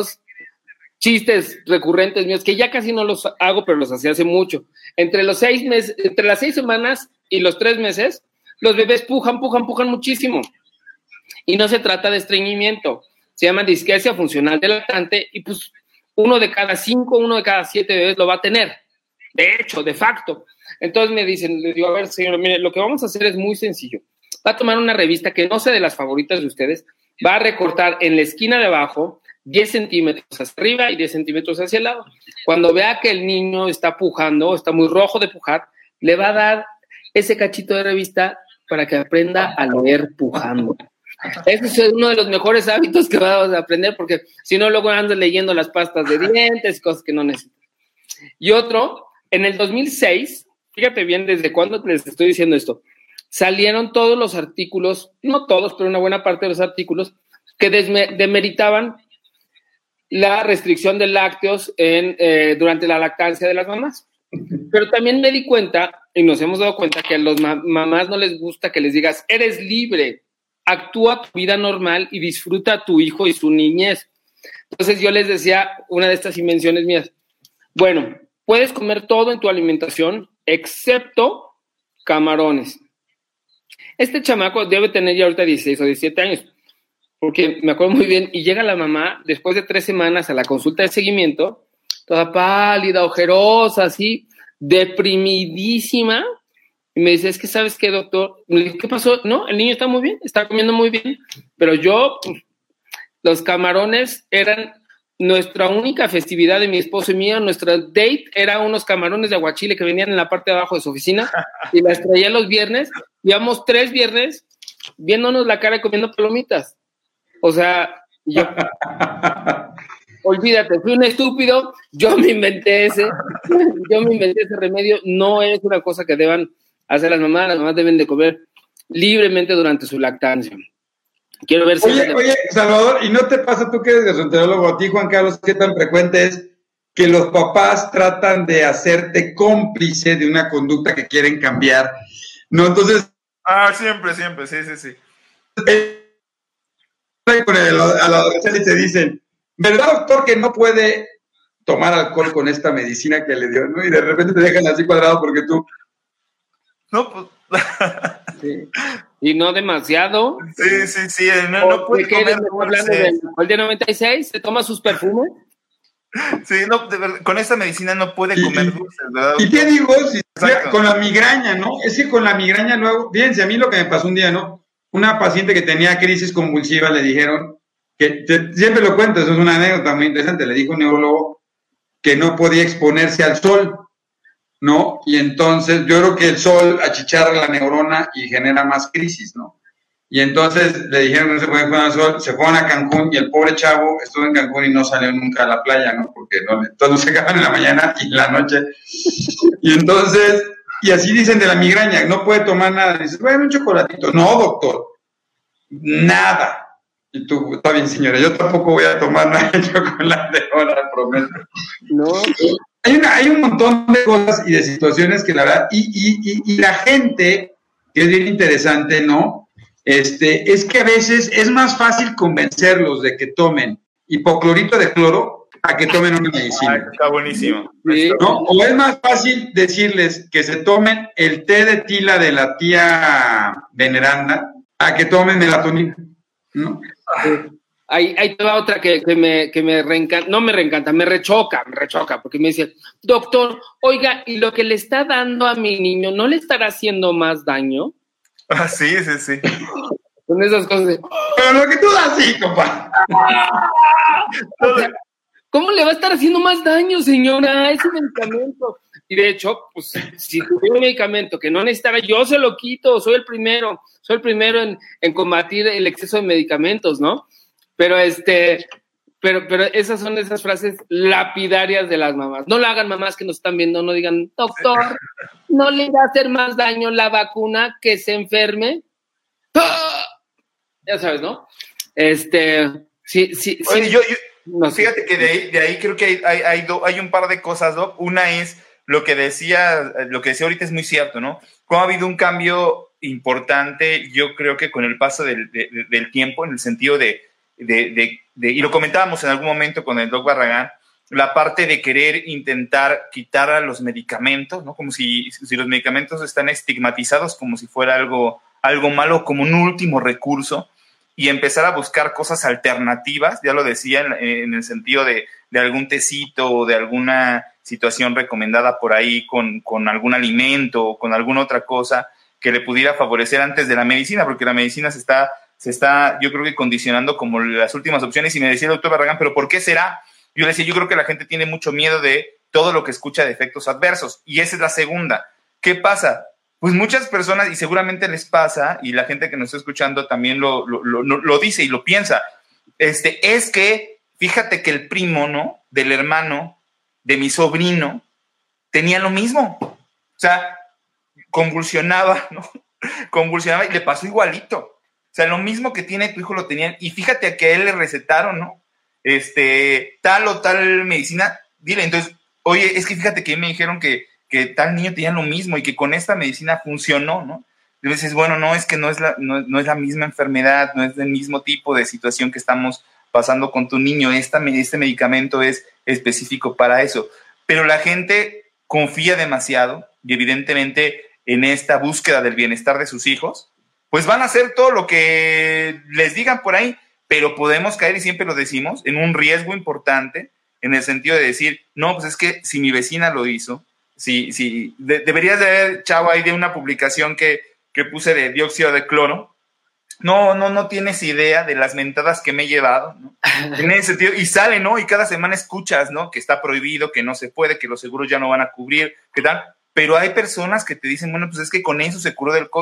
chistes recurrentes míos que ya casi no los hago, pero los hacía hace mucho. Entre las 6 semanas y los 3 meses, los bebés pujan muchísimo. Y no se trata de estreñimiento. Se llama disquesia funcional del lactante y pues 1 de cada 5, 1 de cada 7 bebés lo va a tener. De hecho, de facto. Entonces me dicen, les digo, a ver, señor, mire, lo que vamos a hacer es muy sencillo. Va a tomar una revista que no sea de las favoritas de ustedes, va a recortar en la esquina de abajo 10 centímetros hacia arriba y 10 centímetros hacia el lado. Cuando vea que el niño está pujando, está muy rojo de pujar, le va a dar ese cachito de revista para que aprenda a leer pujando. Ese es uno de los mejores hábitos que vamos a aprender, porque si no, luego andas leyendo las pastas de dientes, cosas que no necesitas. Y otro, en el 2006, fíjate bien desde cuándo les estoy diciendo esto, salieron todos los artículos, no todos, pero una buena parte de los artículos, que demeritaban la restricción de lácteos durante la lactancia de las mamás. Pero también me di cuenta, y nos hemos dado cuenta, que a los mamás no les gusta que les digas, eres libre, actúa tu vida normal y disfruta a tu hijo y su niñez. Entonces yo les decía una de estas invenciones mías, bueno, puedes comer todo en tu alimentación, excepto camarones. Este chamaco debe tener ya ahorita 16 o 17 años, porque me acuerdo muy bien, y llega la mamá después de 3 semanas a la consulta de seguimiento, toda pálida, ojerosa, así, deprimidísima, y me dice, es que ¿sabes qué, doctor? Le dije, ¿qué pasó? No, el niño está muy bien, está comiendo muy bien, pero yo, los camarones eran nuestra única festividad de mi esposo y mía, nuestra date era unos camarones de aguachile que venían en la parte de abajo de su oficina y las traía los viernes, íbamos 3 viernes viéndonos la cara y comiendo palomitas. O sea, yo... Olvídate, fui un estúpido, yo me inventé ese remedio. No es una cosa que deban hacer las mamás deben de comer libremente durante su lactancia. Quiero ver si... Oye, Salvador, ¿y no te pasa tú que eres gastroenterólogo, a ti, Juan Carlos, qué tan frecuente es que los papás tratan de hacerte cómplice de una conducta que quieren cambiar? No, entonces... Siempre, sí. Con a la adolescente y te dicen, ¿verdad, doctor, que no puede tomar alcohol con esta medicina que le dio, ¿no? Y de repente te dejan así cuadrado porque tú... No, pues... Sí. Y no demasiado. Sí, no puede comer hablando del alcohol de 96, ¿se toma sus perfumes? Sí, no, de verdad, con esta medicina no puede comer dulces, ¿verdad? ¿Y qué digo? Con la migraña, ¿no? Es que con la migraña luego, fíjense, a mí lo que me pasó un día, ¿no? Una paciente que tenía crisis convulsiva le dijeron, siempre lo cuento, eso es una anécdota muy interesante, le dijo un neurólogo que no podía exponerse al sol, ¿no? Y entonces yo creo que el sol achicharra la neurona y genera más crisis, ¿no? Y entonces le dijeron que no se podía exponer al sol, se fueron a Cancún y el pobre chavo estuvo en Cancún y no salió nunca a la playa, ¿no? Porque todos se acaban en la mañana y en la noche. Y entonces, y así dicen de la migraña, no puede tomar nada. Dices, bueno, un chocolatito. No, doctor, nada. Y tú, está bien, señora, yo tampoco voy a tomar nada de chocolate ahora, prometo. No. Hay un montón de cosas y de situaciones que la verdad, y la gente, que es bien interesante, ¿no? Es que a veces es más fácil convencerlos de que tomen hipoclorito de cloro a que tomen una medicina. Está buenísimo. Sí. ¿No? O es más fácil decirles que se tomen el té de tila de la tía veneranda a que tomen melatonina, ¿no? Ahí te va otra que me reencanta, no me reencanta, me rechoca, porque me dice, doctor, oiga, ¿y lo que le está dando a mi niño no le estará haciendo más daño? Sí. Con esas cosas de... Pero lo que tú das, sí, compa. O sea, ¿cómo le va a estar haciendo más daño, señora? Es un medicamento. Y de hecho, pues, si tuviera un medicamento que no necesitara, yo se lo quito, soy el primero en combatir el exceso de medicamentos, ¿no? Pero pero esas son esas frases lapidarias de las mamás. No lo hagan, mamás que nos están viendo, no digan, doctor, ¿no le va a hacer más daño la vacuna que se enferme? ¡Ah! Ya sabes, ¿no? Sí. Oye, no sé. Fíjate que de ahí creo que hay un par de cosas, Doc. Una es lo que decía ahorita es muy cierto, ¿no? Como ha habido un cambio importante, yo creo que con el paso del tiempo, en el sentido y lo comentábamos en algún momento con el Doc Barragán, la parte de querer intentar quitar a los medicamentos, ¿no? Como si los medicamentos están estigmatizados como si fuera algo malo, como un último recurso, y empezar a buscar cosas alternativas, ya lo decía, en el sentido de algún tecito o de alguna situación recomendada por ahí con algún alimento o con alguna otra cosa que le pudiera favorecer antes de la medicina, porque la medicina se está, yo creo que condicionando como las últimas opciones. Y me decía el doctor Barragán, ¿pero por qué será? Yo le decía, yo creo que la gente tiene mucho miedo de todo lo que escucha de efectos adversos, y esa es la segunda. ¿Qué pasa? Pues muchas personas, y seguramente les pasa, y la gente que nos está escuchando también lo dice y lo piensa, es que, fíjate que el primo, ¿no?, del hermano de mi sobrino, tenía lo mismo. O sea, convulsionaba, ¿no? Convulsionaba y le pasó igualito. O sea, lo mismo que tiene tu hijo lo tenían. Y fíjate a que a él le recetaron, ¿no? Tal o tal medicina. Dile, entonces, oye, es que fíjate que me dijeron que tal niño tenía lo mismo y que con esta medicina funcionó, ¿no? Y dices, bueno, no, es que no es la misma enfermedad, no es del mismo tipo de situación que estamos pasando con tu niño. Este medicamento es específico para eso. Pero la gente confía demasiado y evidentemente en esta búsqueda del bienestar de sus hijos, pues van a hacer todo lo que les digan por ahí, pero podemos caer, y siempre lo decimos, en un riesgo importante, en el sentido de decir, no, pues es que si mi vecina lo hizo, deberías de ver, chavo, ahí de una publicación que puse de dióxido de cloro, no tienes idea de las mentadas que me he llevado, ¿no? En ese sentido, y sale, ¿no? Y cada semana escuchas, ¿no?, que está prohibido, que no se puede, que los seguros ya no van a cubrir, ¿qué tal? Pero hay personas que te dicen, bueno, pues es que con eso se curó del COVID.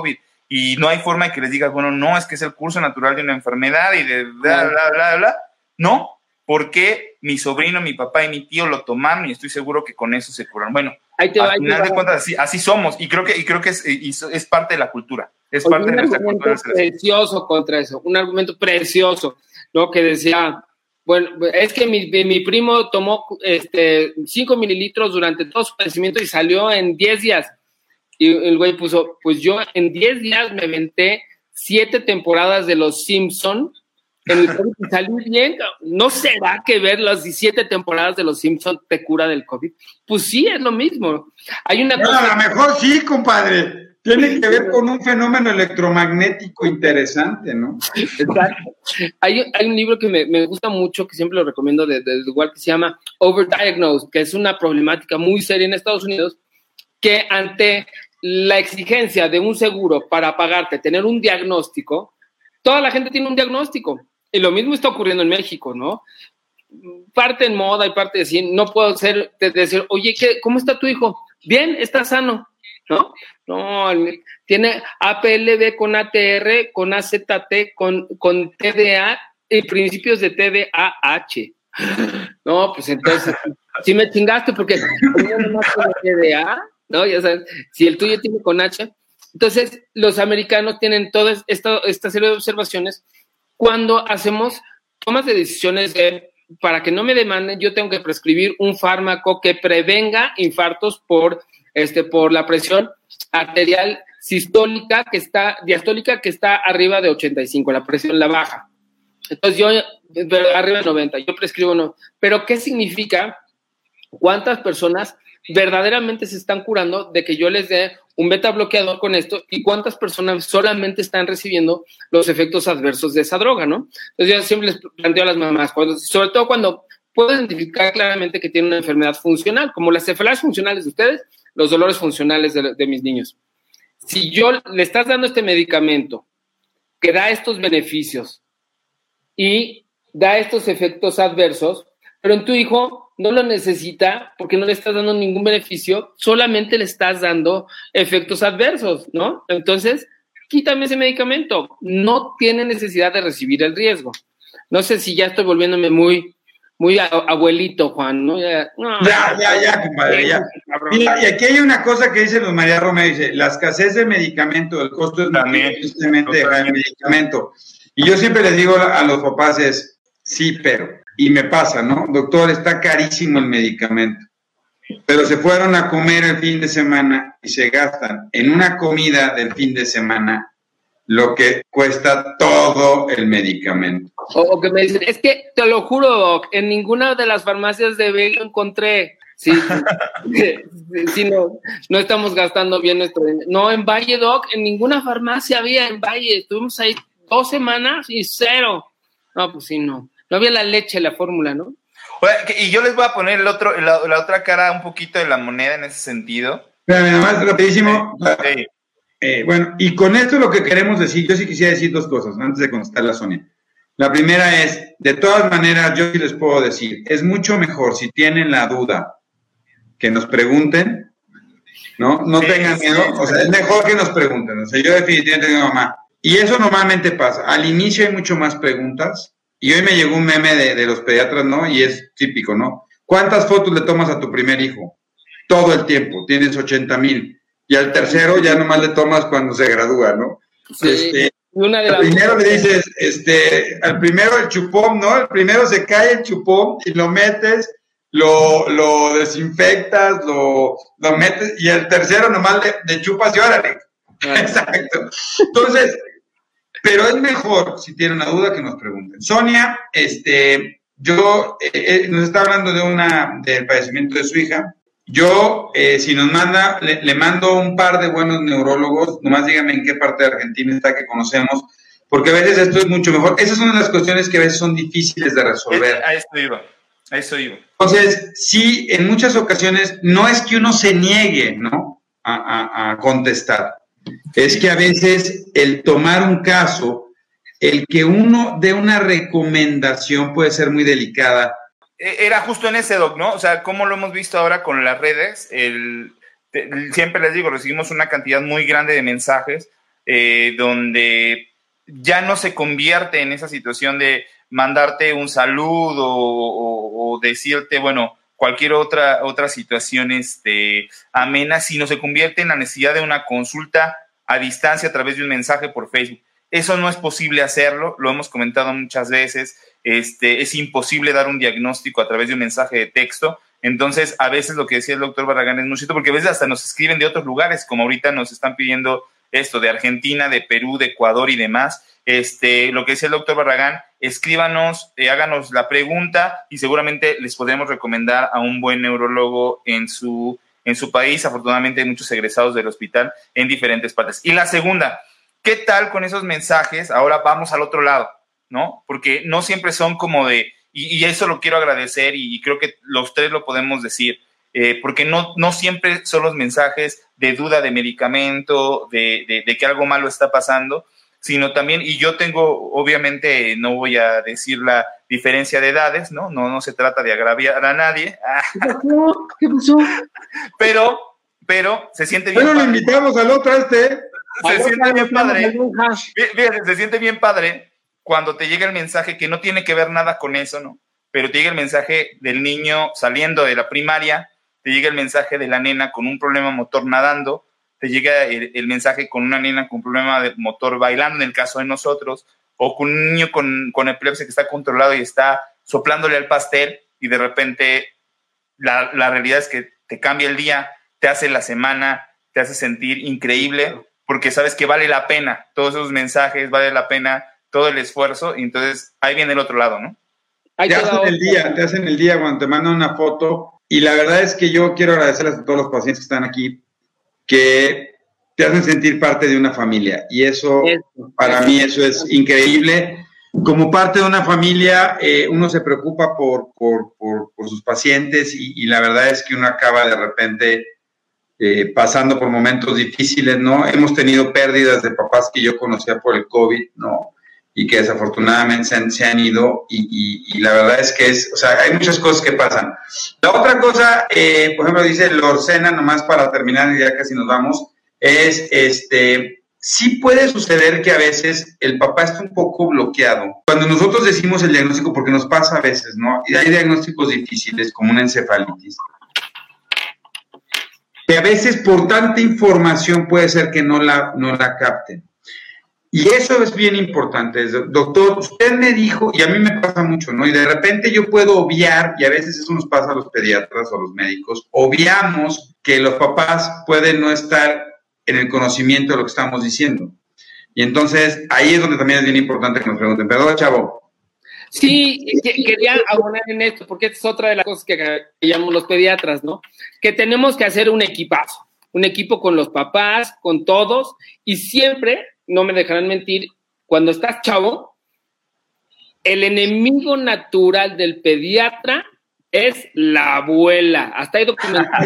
y no hay forma de que les digas, bueno, no, es que es el curso natural de una enfermedad y de bla, bla, bla, bla. No, porque mi sobrino, mi papá y mi tío lo tomaron y estoy seguro que con eso se curan. Bueno, al final de cuentas así somos y creo que es parte de la cultura. Es parte de nuestra cultura. Un argumento precioso contra eso, un argumento precioso, ¿no? Que decía, bueno, es que mi primo tomó 5 mililitros durante todo su padecimiento y salió en 10 días. Y el güey puso, pues yo en 10 días me aventé 7 temporadas de Los Simpson en el COVID y salí bien. ¿No será que ver las 17 temporadas de Los Simpson te cura del COVID? Pues sí, es lo mismo. Hay una cosa... A lo mejor sí, compadre. Tiene que ver con un fenómeno electromagnético interesante, ¿no? Exacto. Hay un libro que me gusta mucho, que siempre lo recomiendo, de igual, que se llama Overdiagnosed, que es una problemática muy seria en Estados Unidos, que ante la exigencia de un seguro para pagarte, tener un diagnóstico, toda la gente tiene un diagnóstico. Y lo mismo está ocurriendo en México, ¿no? Parte en moda y parte así. No puedo decir, oye, ¿cómo está tu hijo? Bien, está sano, ¿no? No, tiene APLB con ATR, con AZT, con TDA y principios de TDAH. No, pues entonces, si me chingaste porque el mío no tiene TDA, ¿no? Ya sabes, si el tuyo tiene con H. Entonces, los americanos tienen toda esta serie de observaciones cuando hacemos tomas de decisiones para que no me demanden, yo tengo que prescribir un fármaco que prevenga infartos por la presión arterial diastólica que está arriba de 85, la presión la baja. Entonces yo, arriba de 90, yo prescribo uno. Pero ¿qué significa? ¿Cuántas personas verdaderamente se están curando de que yo les dé un beta bloqueador con esto y cuántas personas solamente están recibiendo los efectos adversos de esa droga, ¿no? Entonces yo siempre les planteo a las mamás, sobre todo cuando puedo identificar claramente que tiene una enfermedad funcional, como las cefaleas funcionales de ustedes, los dolores funcionales de mis niños. Si yo le estás dando este medicamento que da estos beneficios y da estos efectos adversos, pero en tu hijo no lo necesita porque no le estás dando ningún beneficio, solamente le estás dando efectos adversos, ¿no? Entonces, quítame ese medicamento. No tiene necesidad de recibir el riesgo. No sé si ya estoy volviéndome muy abuelito, Juan, ¿no? Ya, compadre, ya. Mira, y aquí hay una cosa que dice Luz María Romero, dice, la escasez de medicamento, el costo es también justamente dejar el medicamento. Y yo siempre les digo a los papás sí, pero... Y me pasa, ¿no? Doctor, está carísimo el medicamento. Pero se fueron a comer el fin de semana y se gastan en una comida del fin de semana lo que cuesta todo el medicamento. O que me dicen, es que te lo juro, Doc, en ninguna de las farmacias de B lo encontré. Sí, no estamos gastando bien nuestro dinero. No, en Valle, Doc, en ninguna farmacia había en Valle. Estuvimos ahí 2 semanas y 0. No, pues sí, no. No había la leche, la fórmula, ¿no? Y yo les voy a poner la otra cara un poquito de la moneda en ese sentido. Espérame, nada más rapidísimo. Sí. Bueno, y con esto lo que queremos decir, yo sí quisiera decir 2 cosas antes de contestar a Sonia. La primera es, de todas maneras, yo sí les puedo decir, es mucho mejor si tienen la duda que nos pregunten, ¿no? No tengan miedo, o sea, es mejor que nos pregunten. O sea, yo definitivamente tengo mamá. Y eso normalmente pasa. Al inicio hay mucho más preguntas. Y hoy me llegó un meme de los pediatras, ¿no? Y es típico, ¿no? ¿Cuántas fotos le tomas a tu primer hijo? Todo el tiempo, tienes 80,000. Y al tercero ya nomás le tomas cuando se gradúa, ¿no? Sí. Al primero le dices, al primero el chupón, ¿no? El primero se cae el chupón y lo metes, lo desinfectas, lo metes, y el tercero nomás le chupas y órale. Exacto. Entonces... Pero es mejor, si tienen una duda, que nos pregunten. Sonia, nos está hablando del padecimiento de su hija. Yo, si nos manda, le mando un par de buenos neurólogos, nomás díganme en qué parte de Argentina está que conocemos, porque a veces esto es mucho mejor. Esas son las cuestiones que a veces son difíciles de resolver. A eso iba. Entonces, sí, en muchas ocasiones no es que uno se niegue, ¿no?, a contestar. Es que a veces el tomar un caso, el que uno dé una recomendación puede ser muy delicada. Era justo en ese, Doc, ¿no? O sea, como lo hemos visto ahora con las redes, siempre les digo, recibimos una cantidad muy grande de mensajes donde ya no se convierte en esa situación de mandarte un saludo o decirte, bueno, cualquier otra situación amena, sino se convierte en la necesidad de una consulta a distancia a través de un mensaje por Facebook. Eso no es posible hacerlo, lo hemos comentado muchas veces, es imposible dar un diagnóstico a través de un mensaje de texto. Entonces, a veces lo que decía el doctor Barragán es muy cierto, porque a veces hasta nos escriben de otros lugares, como ahorita nos están pidiendo esto de Argentina, de Perú, de Ecuador y demás. Lo que decía el doctor Barragán, escríbanos, háganos la pregunta y seguramente les podremos recomendar a un buen neurólogo en su país. Afortunadamente hay muchos egresados del hospital en diferentes partes. Y la segunda, ¿qué tal con esos mensajes? Ahora vamos al otro lado, ¿no? Porque no siempre son como de, y eso lo quiero agradecer y creo que los tres lo podemos decir, porque no siempre son los mensajes de duda de medicamento, de que algo malo está pasando, sino también, y yo tengo, obviamente, no voy a decir la diferencia de edades, ¿no? No se trata de agraviar a nadie. ¿Qué pasó? Pero se siente bien. Bueno, lo invitamos al otro Se siente bien padre. Fíjate, se siente bien padre cuando te llega el mensaje que no tiene que ver nada con eso, ¿no? Pero te llega el mensaje del niño saliendo de la primaria, te llega el mensaje de la nena con un problema motor nadando, te llega el mensaje con una nena con problema de motor bailando, en el caso de nosotros, o con un niño con epilepsia que está controlado y está soplándole al pastel y de repente la realidad es que te cambia el día, te hace la semana, te hace sentir increíble, porque sabes que vale la pena todos esos mensajes, vale la pena todo el esfuerzo, y entonces ahí viene el otro lado, ¿no? Te hacen el día cuando te mandan una foto, y la verdad es que yo quiero agradecerles a todos los pacientes que están aquí, que te hacen sentir parte de una familia, y eso, para mí, eso es increíble. Como parte de una familia, uno se preocupa por sus pacientes, y la verdad es que uno acaba de repente pasando por momentos difíciles, ¿no? Hemos tenido pérdidas de papás que yo conocía por el COVID, ¿no? Y que desafortunadamente se han ido, y la verdad es que hay muchas cosas que pasan. La otra cosa, por ejemplo, dice Lorcena, nomás para terminar, ya casi nos vamos, es, sí puede suceder que a veces el papá está un poco bloqueado. Cuando nosotros decimos el diagnóstico, porque nos pasa a veces, ¿no? Y hay diagnósticos difíciles, como una encefalitis, que a veces por tanta información puede ser que no la capten. Y eso es bien importante. Doctor, usted me dijo, y a mí me pasa mucho, ¿no? Y de repente yo puedo obviar, y a veces eso nos pasa a los pediatras o a los médicos, obviamos que los papás pueden no estar en el conocimiento de lo que estamos diciendo. Y entonces, ahí es donde también es bien importante que nos pregunten. Perdón, chavo. Sí, quería abonar en esto, porque esta es otra de las cosas que llamamos los pediatras, ¿no? Que tenemos que hacer un equipazo, un equipo con los papás, con todos, y siempre, no me dejarán mentir, cuando estás chavo, el enemigo natural del pediatra es la abuela. Hasta hay documentales,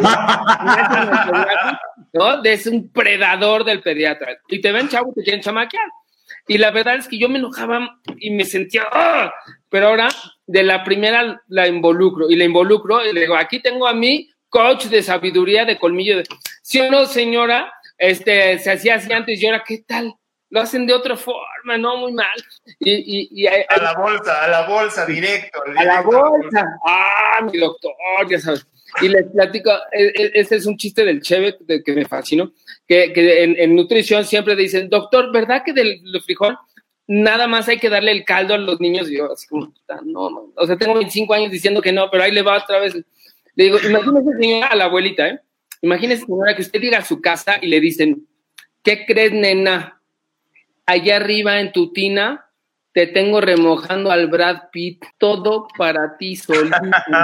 ¿no? Es un predador del pediatra. Y te ven chavo y te quieren chamaquear. Y la verdad es que yo me enojaba y me sentía, ¡oh! Pero ahora de la primera la involucro y le digo, aquí tengo a mi coach de sabiduría de colmillo. ¿Sí o no, señora? Se hacía así antes y ahora, ¿qué tal? Lo hacen de otra forma, ¿no? Muy mal. A la bolsa, directo. A la bolsa. Mi doctor, ya sabes. Y les platico, ese es un chiste del Cheve que me fascinó, que en nutrición siempre dicen, doctor, ¿verdad que del frijol nada más hay que darle el caldo a los niños? Y yo así como, no. O sea, tengo 25 años diciendo que no, pero ahí le va otra vez. Le digo, imagínese, señora, a la abuelita, imagínese, señora, que usted llega a su casa y le dicen, ¿qué crees, nena? Allá arriba en tu tina te tengo remojando al Brad Pitt, todo para ti solito.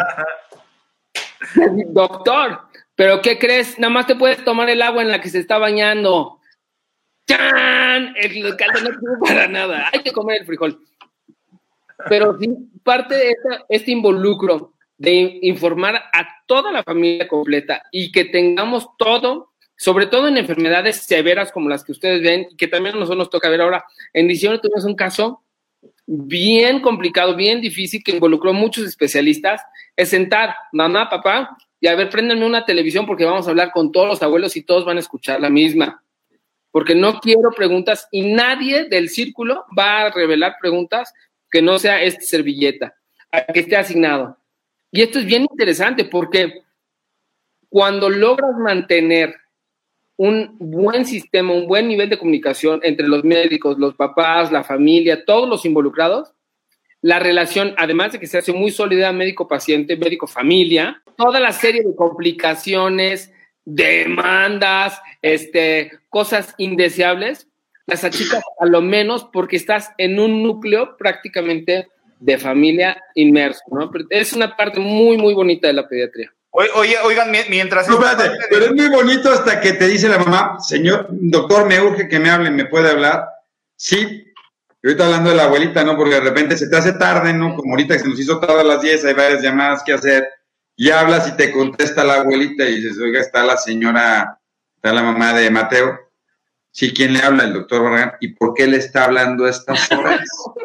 Doctor, ¿pero qué crees? Nada más te puedes tomar el agua en la que se está bañando. ¡Chan! El caldo no sirve para nada. Hay que comer el frijol. Pero sí, parte de este involucro de informar a toda la familia completa y que tengamos todo, sobre todo en enfermedades severas como las que ustedes ven, que también a nosotros nos toca ver ahora. En diciembre tuvimos un caso bien complicado, bien difícil, que involucró muchos especialistas, es sentar mamá, papá, y a ver, préndanme una televisión porque vamos a hablar con todos los abuelos y todos van a escuchar la misma. porque no quiero preguntas y nadie del círculo va a revelar preguntas que no sea esta servilleta, a que esté asignado. Y esto es bien interesante porque cuando logras mantener un buen sistema, un buen nivel de comunicación entre los médicos, los papás, la familia, todos los involucrados, la relación, además de que se hace muy sólida médico-paciente, médico-familia, toda la serie de complicaciones, demandas, cosas indeseables, las achicas a lo menos porque estás en un núcleo prácticamente de familia inmerso, ¿no? Es una parte muy, muy bonita de la pediatría. Oigan, mientras... No, espérate, pero es muy bonito hasta que te dice la mamá, señor, doctor, me urge que me hable, ¿me puede hablar? Sí. Y ahorita hablando de la abuelita, ¿no? Porque de repente se te hace tarde, ¿no? Como ahorita que se nos hizo tarde a las 10, hay varias llamadas que hacer, y hablas y te contesta la abuelita y dices, oiga, está la señora, está la mamá de Mateo. Sí, ¿quién le habla? El doctor Barragán. ¿Y por qué le está hablando a estas horas?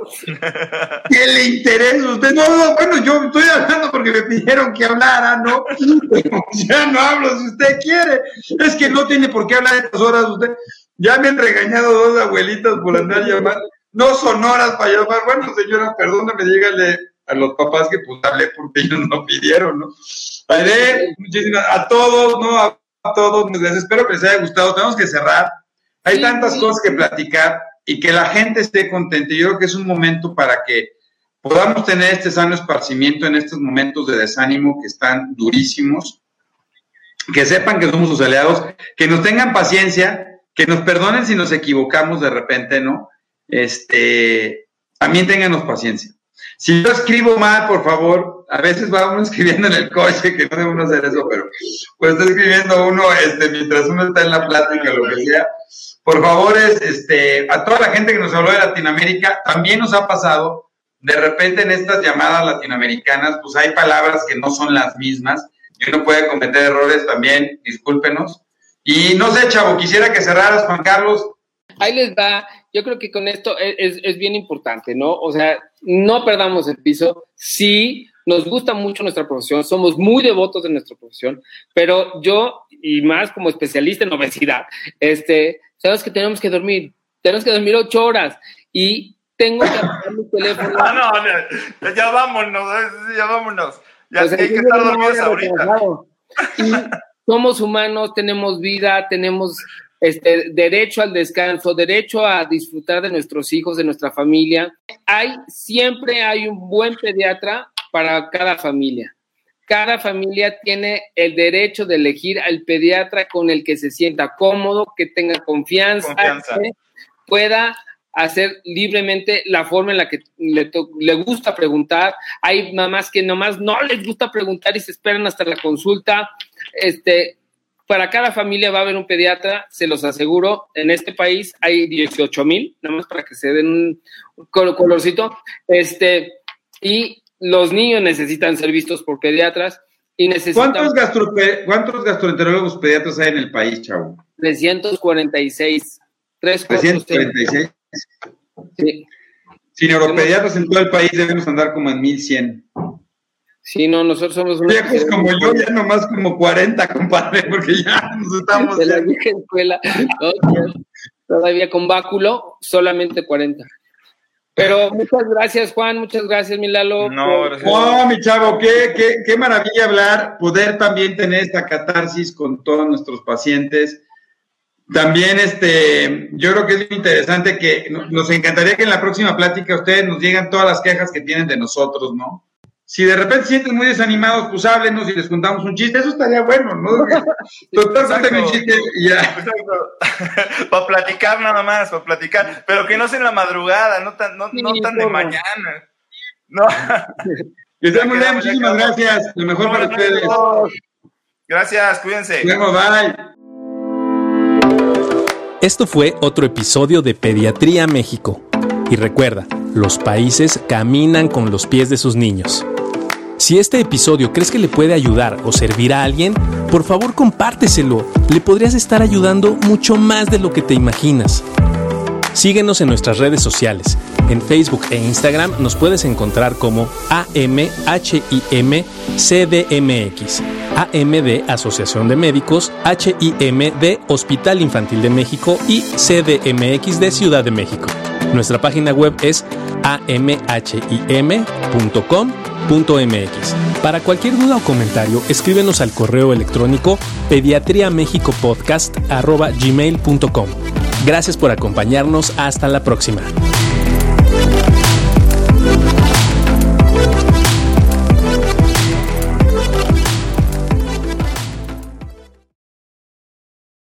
¿Qué le interesa a usted? No, bueno, yo estoy hablando porque me pidieron que hablara, ¿no? Ya no hablo si usted quiere. Es que no tiene por qué hablar a estas horas usted. Ya me han regañado 2 abuelitas por andar llamando. No son horas para llamar. Bueno, señora, perdóname, dígale a los papás que pues hablé porque ellos no pidieron, ¿no? Muchísimas, a todos, ¿no? A todos, les espero que les haya gustado. Tenemos que cerrar. Hay tantas cosas que platicar y que la gente esté contenta. Yo creo que es un momento para que podamos tener este sano esparcimiento en estos momentos de desánimo que están durísimos, que sepan que somos sus aliados, que nos tengan paciencia, que nos perdonen si nos equivocamos de repente, ¿no? También ténganos paciencia. Si yo escribo mal, por favor, a veces va uno escribiendo en el coche, que no debe uno hacer eso, pero pues está escribiendo uno mientras uno está en la plática o lo que sea. Por favor, a toda la gente que nos habló de Latinoamérica, también nos ha pasado, de repente en estas llamadas latinoamericanas, pues hay palabras que no son las mismas, y uno puede cometer errores también, discúlpenos. Y no sé, chavo, quisiera que cerraras, Juan Carlos. Ahí les va, yo creo que con esto es bien importante, ¿no? O sea, no perdamos el piso, sí, nos gusta mucho nuestra profesión, somos muy devotos de nuestra profesión, pero yo, y más como especialista en obesidad, sabes que tenemos que dormir 8 horas, y tengo que apagar mi teléfono. No, ya vámonos. Ya o sea, hay que estar dormidos ahorita. Y somos humanos, tenemos vida, tenemos derecho al descanso, derecho a disfrutar de nuestros hijos, de nuestra familia. Siempre hay un buen pediatra para cada familia. Cada familia tiene el derecho de elegir al pediatra con el que se sienta cómodo, que tenga confianza. Que pueda hacer libremente la forma en la que le gusta preguntar. Hay mamás que nomás no les gusta preguntar y se esperan hasta la consulta. Para cada familia va a haber un pediatra, se los aseguro. En este país hay 18,000, nada más para que se den un colorcito. Y los niños necesitan ser vistos por pediatras y necesitan... ¿Cuántos gastroenterólogos pediatras hay en el país, chavo? 346. 346. Sí. Si neuropediatras en todo el país debemos andar como en 1,100. Sí, no, nosotros somos... Viejos como yo, ya nomás como 40, compadre, porque ya nos estamos... De la vieja escuela, todavía con báculo, solamente 40. Pero muchas gracias, Juan, muchas gracias, mi Lalo. No, mi chavo, qué maravilla hablar, poder también tener esta catarsis con todos nuestros pacientes. También, yo creo que es interesante que nos encantaría que en la próxima plática ustedes nos digan todas las quejas que tienen de nosotros, ¿no? Si de repente sienten muy desanimados, pues háblenos y les contamos un chiste, eso estaría bueno, ¿no? Doctor, cuéntame un chiste y ya. Para platicar nada más, para platicar, pero que no sea en la madrugada, no tan de mañana. No. Que estén muy bien, muchísimas gracias, lo mejor para ustedes. Gracias, cuídense. Bueno, bye. Esto fue otro episodio de Pediatría México. Y recuerda, los países caminan con los pies de sus niños. Si este episodio crees que le puede ayudar o servir a alguien, por favor compárteselo. Le podrías estar ayudando mucho más de lo que te imaginas. Síguenos en nuestras redes sociales. En Facebook e Instagram nos puedes encontrar como AMHIM-CDMX, AM de Asociación de Médicos, HIM de Hospital Infantil de México y CDMX de Ciudad de México. Nuestra página web es amhim.com.mx. Para cualquier duda o comentario, escríbenos al correo electrónico pediatriamexicopodcast@gmail.com. Gracias por acompañarnos. Hasta la próxima.